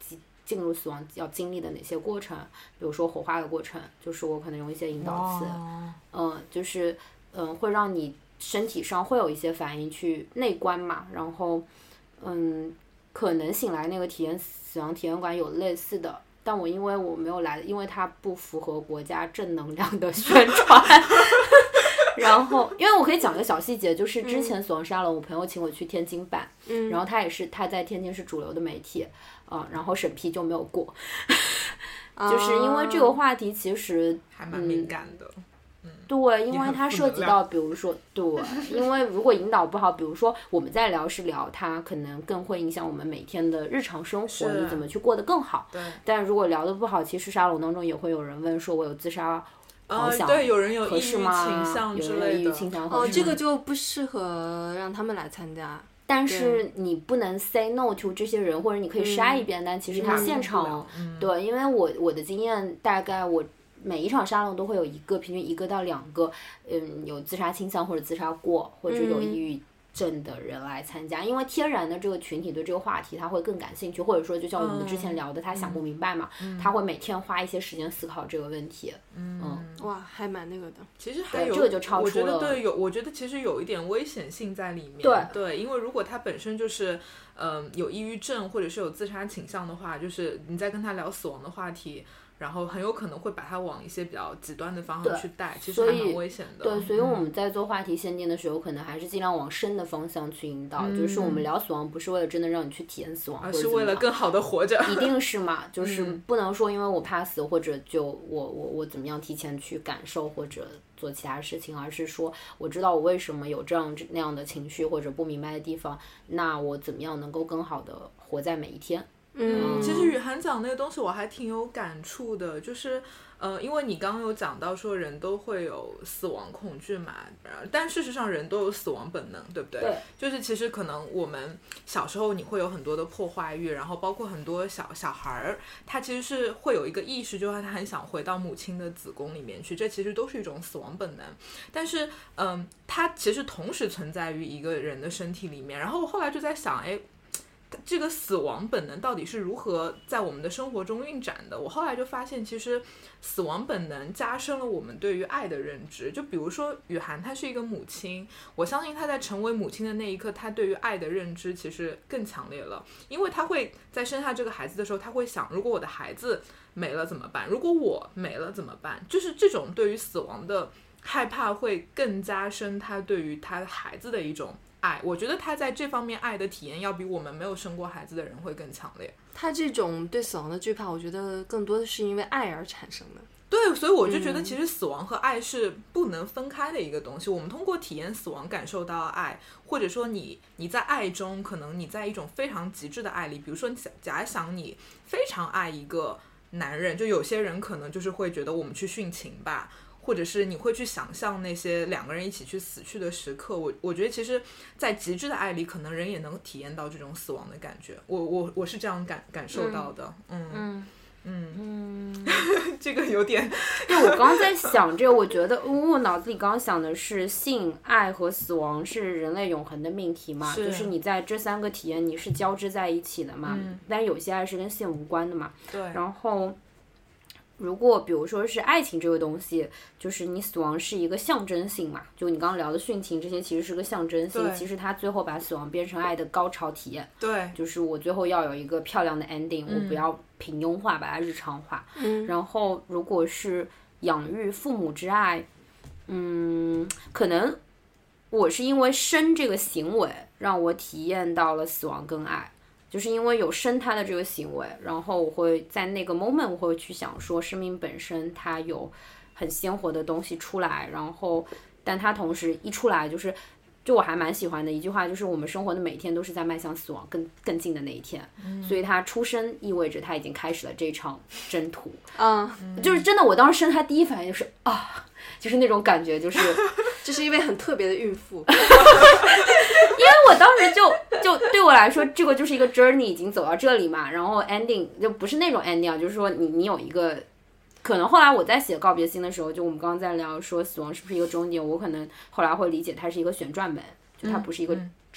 进入死亡要经历的哪些过程，比如说火化的过程，就是我可能用一些引导词，嗯，就是嗯会让你身体上会有一些反应去内观嘛，然后嗯可能醒来那个体验死亡体验馆有类似的，但我因为我没有来，因为它不符合国家正能量的宣传。然后，因为我可以讲一个小细节，就是之前死亡沙龙，我朋友请我去天津办，嗯，然后他也是他在天津是主流的媒体，啊、呃，然后审批就没有过，就是因为这个话题其实还蛮敏感的。嗯对，因为它涉及到，比如说，对，因为如果引导不好，比如说我们在聊是聊它，可能更会影响我们每天的日常生活，你怎么去过得更好。 对。 但如果聊得不好，其实沙龙当中也会有人问说，我有自杀呃， 想对，有人有抑郁倾向之类的。 哦，这个就不适合让他们来参加。 但是你不能 say no to 这些人，或者你可以筛一遍，嗯、但其实他现场、嗯、对，因为我我的经验大概我。每一场沙龙都会有一个，平均一个到两个，嗯，有自杀倾向或者自杀过，或者有抑郁症的人来参加，因为天然的这个群体对这个话题他会更感兴趣，或者说就像我们之前聊的，嗯、他想不明白嘛，嗯、他会每天花一些时间思考这个问题。嗯， 嗯哇，还蛮那个的。 其实还有这个就超出了， 我觉得对，有，我觉得其实有一点危险性在里面。 对对，因为如果他本身就是。嗯，有抑郁症或者是有自杀倾向的话，就是你在跟他聊死亡的话题，然后很有可能会把他往一些比较极端的方向去带，其实还蛮危险的。 对，所以我们在做话题限定的时候，嗯、可能还是尽量往深的方向去引导。嗯、就是我们聊死亡，不是为了真的让你去体验死亡， 而是为了更好的活着。 一定是嘛，就是不能说因为我怕死，或者就我我我怎么样提前去感受或者。做其他事情，而是说我知道我为什么有这样那样的情绪或者不明白的地方，那我怎么样能够更好的活在每一天。 嗯，其实雨涵讲那个东西我还挺有感触的，就是呃，因为你刚刚有讲到说人都会有死亡恐惧嘛，但事实上人都有死亡本能，对不对？ 对。 就是其实可能我们小时候你会有很多的破坏欲，然后包括很多小小孩儿，他其实是会有一个意识，就是他很想回到母亲的子宫里面去，这其实都是一种死亡本能。但是嗯、呃，它其实同时存在于一个人的身体里面。然后我后来就在想，哎。这个死亡本能到底是如何在我们的生活中运展的？我后来就发现，其实死亡本能加深了我们对于爱的认知。就比如说雨涵，她是一个母亲，我相信她在成为母亲的那一刻，她对于爱的认知其实更强烈了，因为她会在生下这个孩子的时候，她会想，如果我的孩子没了怎么办？如果我没了怎么办？就是这种对于死亡的害怕会更加深她对于她孩子的一种爱。我觉得他在这方面爱的体验要比我们没有生过孩子的人会更强烈。 他这种对死亡的惧怕，我觉得更多的是因为爱而产生的。 对，所以我就觉得其实死亡和爱是不能分开的一个东西。嗯、我们通过体验死亡感受到爱，或者说你你在爱中，可能你在一种非常极致的爱里，比如说假想你非常爱一个男人，就有些人可能就是会觉得我们去殉情吧，或者是你会去想象那些两个人一起去死去的时刻。我我觉得其实在极致的爱里，可能人也能体验到这种死亡的感觉。我我我是这样感感受到的。嗯嗯嗯嗯，这个有点。 对，我刚刚在想这个，我觉得我脑子里刚刚想的是性、爱和死亡是人类永恒的命题嘛，是就是你在这三个体验你是交织在一起的嘛。嗯、但有些爱是跟性无关的嘛。 对， 然后。如果比如说是爱情这个面西，就是你死亡是一个象征性嘛，就你刚刚聊的殉情这些其实是个象征性，其实它最后把死亡变成爱的高潮体验。 对， 就是我最后要有一个漂亮的 ending，、嗯、我不要平庸化，把它日常化。嗯，然后如果是养育父母之爱，嗯，可能我是因为生这个行为让我体验到了死亡跟爱。就是因为有生他的这个行为，然后我会在那个 moment 我会去想说生命本身它有很鲜活的东西出来，然后但它同时一出来就是就我还蛮喜欢的一句话，就是我们生活的每一天都是在迈向死亡更更近的那一天、嗯、所以他出生意味着他已经开始了这场征途。嗯，就是真的我当时生他第一反应就是啊，就是那种感觉，就是这是一位很特别的孕妇因为我当时就就对我来说这个就是一个 journey 已经走到这里嘛，然后 ending 就不是那种 ending 啊，就是说你你有一个可能后来我在写告别信的时候，就我们刚刚在聊说死亡是不是一个终点，我可能后来会理解它是一个旋转门，就它不是一个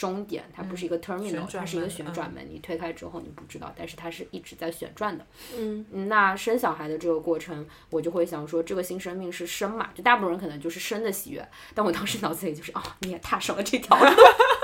终点，它不是一个 terminal，、嗯、它是一个旋转门、嗯，你推开之后你不知道，但是它是一直在旋转的。 嗯， 那生小孩的这个过程，我就会想说，这个新生命是生嘛，就大部分人可能就是生的喜悦，但我当时脑子里就是哦，你也踏上了这条路。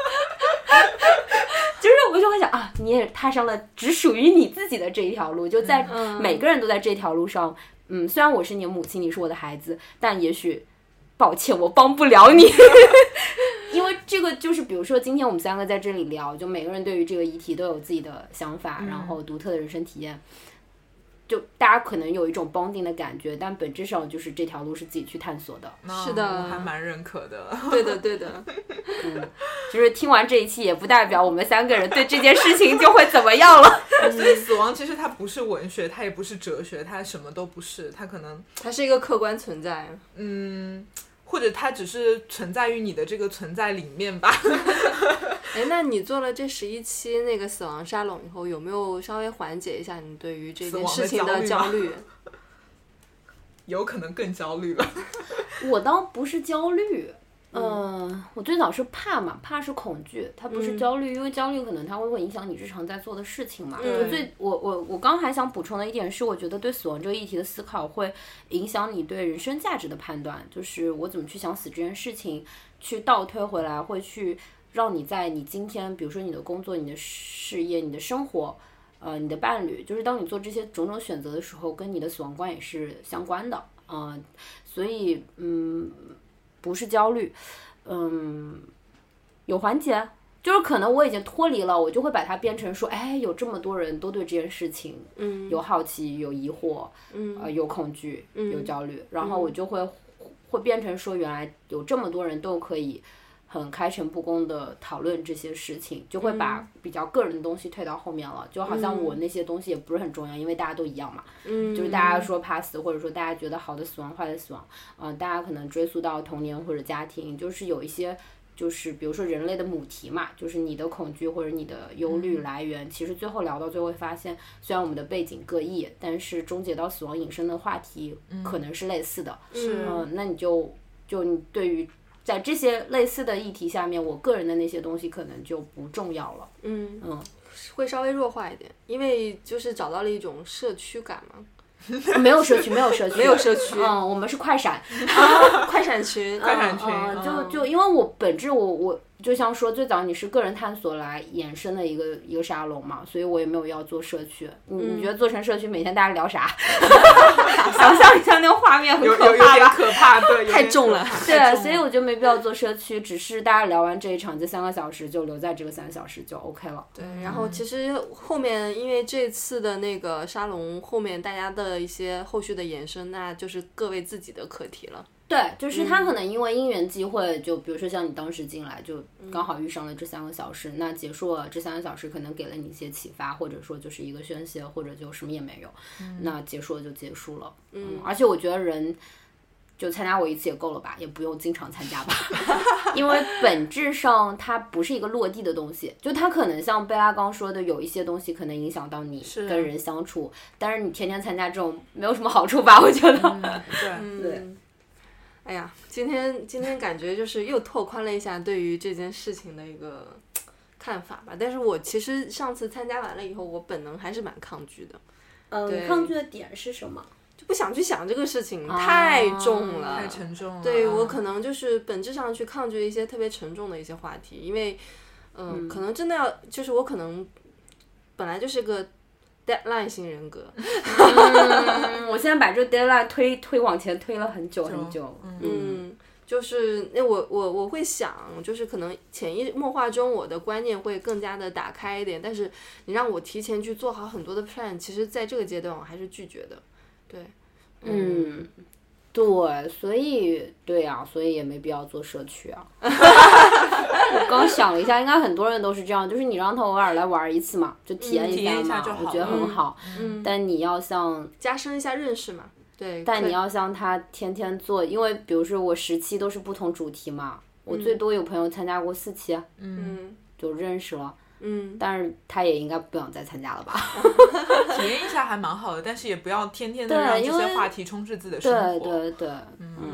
就是我就会想啊，你也踏上了只属于你自己的这一条路，就在每个人都在这条路上。嗯，虽然我是你的母亲，你是我的孩子，但也许抱歉，我帮不了你。因为这个就是，比如说今天我们三个在这里聊，就每个人对于这个议题都有自己的想法， 嗯、 然后独特的人生体验，就大家可能有一种 bonding 的感觉，但本质上就是这条路是自己去探索的。 是的， 我还蛮认可的。 对的，对的。 嗯，就是听完这一期，也不代表我们三个人对这件事情就会怎么样了。 所以死亡其实它不是文学，它也不是哲学，它什么都不是，它可能它是一个客观存在。 嗯。或者它只是存在于你的这个存在里面吧。 哎，那你做了这十一期那个死亡沙龙以后，有没有稍微缓解一下你对于这件事情的焦虑？ 有可能更焦虑了。 我倒不是焦虑，嗯、呃，我最早是怕嘛，怕是恐惧，它不是焦虑，嗯、因为焦虑可能它会会影响你日常在做的事情嘛。就最我我我刚还想补充的一点是，我觉得对死亡这个议题的思考会影响你对人生价值的判断，就是我怎么去想死这件事情，去倒推回来，会去让你在你今天，比如说你的工作、你的事业、你的生活。呃，你的伴侣，就是当你做这些种种选择的时候，跟你的死亡观也是相关的，呃，所以嗯，不是焦虑，嗯，有缓解，就是可能我已经脱离了，我就会把它变成说，哎，有这么多人都对这件事情， 嗯， 有好奇，有疑惑， 嗯， 呃，有恐惧， 嗯， 有焦虑，然后我就会会变成说，原来有这么多人都可以。很开诚布公的讨论这些事情，就会把比较个人的东西推到后面了，嗯、就好像我那些东西也不是很重要，因为大家都一样嘛。 嗯， 就是大家说怕死，或者说大家觉得好的死亡、坏的死亡，嗯、呃，大家可能追溯到童年或者家庭，就是有一些，就是比如说人类的母题嘛，就是你的恐惧或者你的忧虑来源，嗯、其实最后聊到最后会发现，虽然我们的背景各异，但是终结到死亡引申的话题可能是类似的。 是， 嗯、呃，那你就就你对于。在这些类似的议题下面，我个人的那些东西可能就不重要了。 嗯嗯， 会稍微弱化一点，因为就是找到了一种社区感嘛。 没有社区，没有社区， 没有社区。 嗯，我们是快闪， 啊、快闪群， 快闪群。 嗯，就就因为我本质我我就像说最早你是个人探索来衍生的一个一个沙龙嘛，所以我也没有要做社区。你、嗯、你觉得做成社区每天大家聊啥？想象一下那个画面很可怕吧？ 有有点可怕，对， 太重了。 对，所以我就没必要做社区，只是大家聊完这一场，这三个小时就留在这个三个小时就 OK 了。 对，然后其实后面因为这次的那个沙龙后面大家的一些后续的延伸，那就是各为自己的课题了。 对，就是他可能因为因缘际会，就比如说像你当时进来，就刚好遇上了这三个小时，那结束了这三个小时，可能给了你一些启发，或者说就是一个宣泄，或者就什么也没有，嗯、那结束了就结束了。嗯，而且我觉得人就参加我一次也够了吧，也不用经常参加吧，因为本质上它不是一个落地的东西，就它可能像贝拉刚说的，有一些东西可能影响到你跟人相处，但是你天天参加这种没有什么好处吧，我觉得。 嗯、 对对。 嗯哎呀，今天今天感觉就是又拓宽了一下对于这件事情的一个看法吧。但是我其实上次参加完了以后，我本能还是蛮抗拒的。 嗯，抗拒的点是什么？ 就不想去想这个事情，啊、太重了， 太沉重了。 对，我可能就是本质上去抗拒一些特别沉重的一些话题，因为，呃、嗯，可能真的要就是我可能本来就是个。deadline 型人格， 嗯，我现在把这个 deadline 推推往前推了很久很久， 嗯，嗯就是那我我我会想，就是可能潜移默化中我的观念会更加的打开一点，但是你让我提前去做好很多的 plan， 其实在这个阶段我还是拒绝的，对， 嗯。嗯对，所以对啊，所以也没必要做社区啊。我刚想了一下，应该很多人都是这样，就是你让他偶尔来玩一次嘛，就体验一下嘛， 嗯、 我觉得很好。 嗯， 但你要像加深一下认识嘛，对。 但你要像他天天做，因为比如说我十期都是不同主题嘛，我最多有朋友参加过四期， 嗯， 就认识了。 嗯， 但是他也应该不想再参加了吧？ 体验一下还蛮好的，但是也不要天天的让这些话题充斥自己的生活。 对对对， 嗯，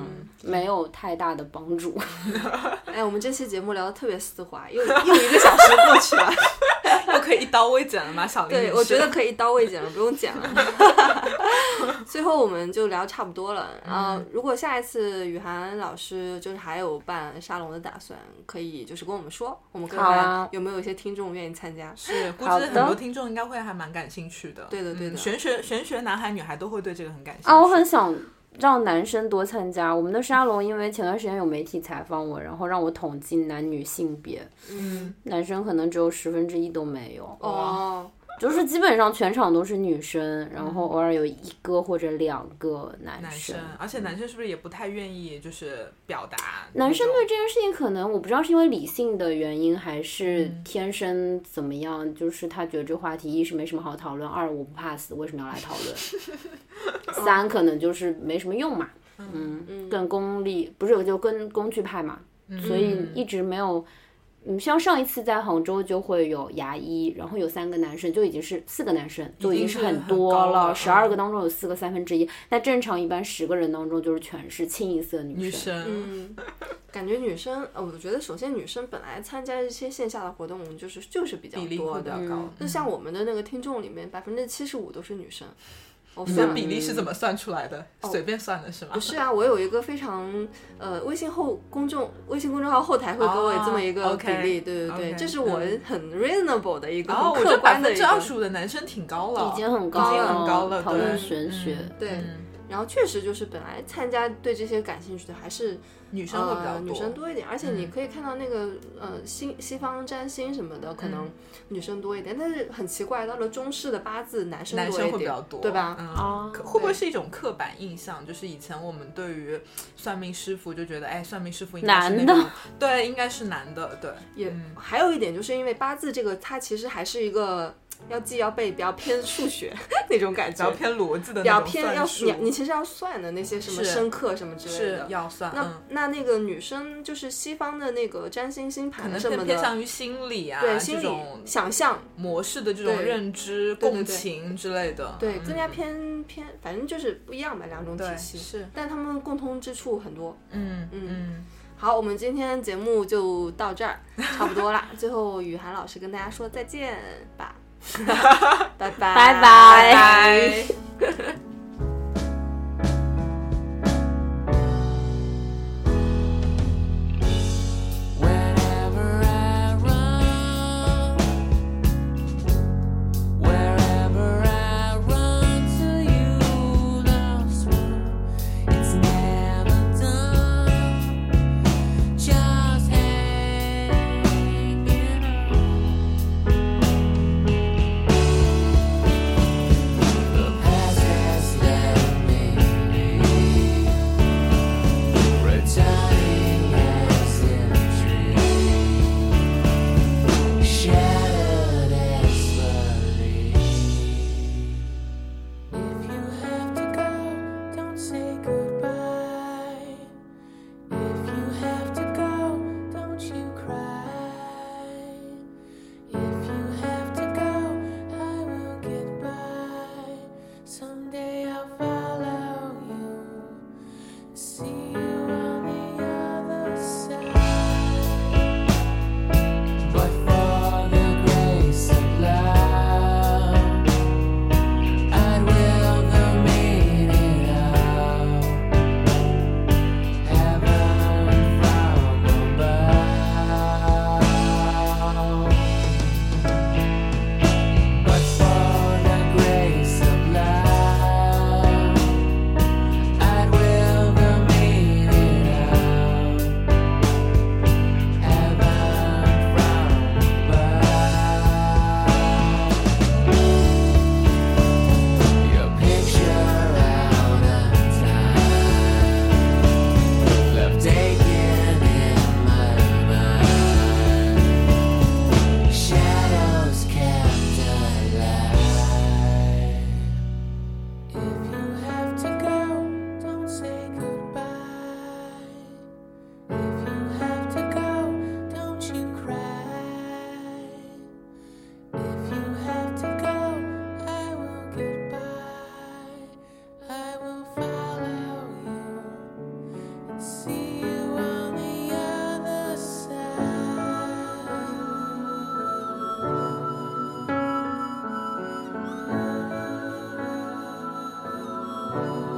没有太大的帮助。 哎，我们这期节目聊得特别丝滑，又又一个小时过去了。 又可以一刀未剪了吗？小林女士， 对，我觉得可以一刀未剪了，不用剪了。最后我们就聊差不多了。然后、呃，如果下一次雨涵老师就是还有办沙龙的打算，可以就是跟我们说，我们看看有没有一些听众愿意参加。 是，估计很多听众应该会还蛮感兴趣的。 对的，对的。 嗯、玄学玄学男孩女孩都会对这个很感兴趣啊！我很想让男生多参加我们的沙龙，因为前段时间有媒体采访我，然后让我统计男女性别， 嗯， 男生可能只有十分之一都没有哦， 就是基本上全场都是女生，然后偶尔有一个或者两个男生。 男生，而且男生是不是也不太愿意就是表达？ 男生对这件事情可能我不知道是因为理性的原因，还是天生怎么样，嗯、就是他觉得这话题一是没什么好讨论，二我不怕死，为什么要来讨论？三可能就是没什么用嘛，嗯，嗯更功利不是就跟工具派嘛，嗯、所以一直没有。嗯，像上一次在杭州就会有牙医，然后有三个男生，就已经是四个男生，就已经是很多了。十二个当中有四个三分之一，那正常一般十个人当中就是全是清一色女生。 女生， 嗯，感觉女生，呃，我觉得首先女生本来参加一些线下的活动就是就是比较多的， 比例会比较高。 嗯、就像我们的那个听众里面，百分之七十五都是女生。 你的比例是怎么算出来的？随、哦、便算的是吗？ 不是啊，我有一个非常呃，微信后公众微信公众号后台会给我这么一个比例， oh, 对对对， okay, 这是我很 reasonable 的一个、 嗯、 很客观的一个。 百分之二十五的男生挺高了， 已经很高了， 已经很高了， 讨论玄学， 嗯、对。 嗯然后确实就是本来参加对这些感兴趣的还是女生会比较多、呃、 女生多一点，而且你可以看到那个、嗯、呃西西方占星什么的，可能女生多一点，嗯、但是很奇怪，到了中式的八字男生多一点， 男生会比较多， 对吧？ 嗯，啊、会不会是一种刻板印象？就是以前我们对于算命师傅就觉得，哎，算命师傅应该是那种男的， 对，应该是男的，对。 也、嗯、还有一点就是因为八字这个，它其实还是一个。要记要背，比较偏数学那种感觉， 比较偏逻辑的那种算术，比较偏要你你其实要算的那些什么生克什么之类的， 是要算。 那、 嗯、 那那个女生就是西方的那个占星星盘什么的， 可能偏向于心理啊， 对心理想象模式的这种认知、共情之类的， 对，更加偏偏，反正就是不一样吧，两种体系是， 但他们共通之处很多。 嗯嗯。 嗯好，我们今天节目就到这儿，差不多啦。最后，雨涵老师跟大家说再见吧。拜拜拜拜。 love.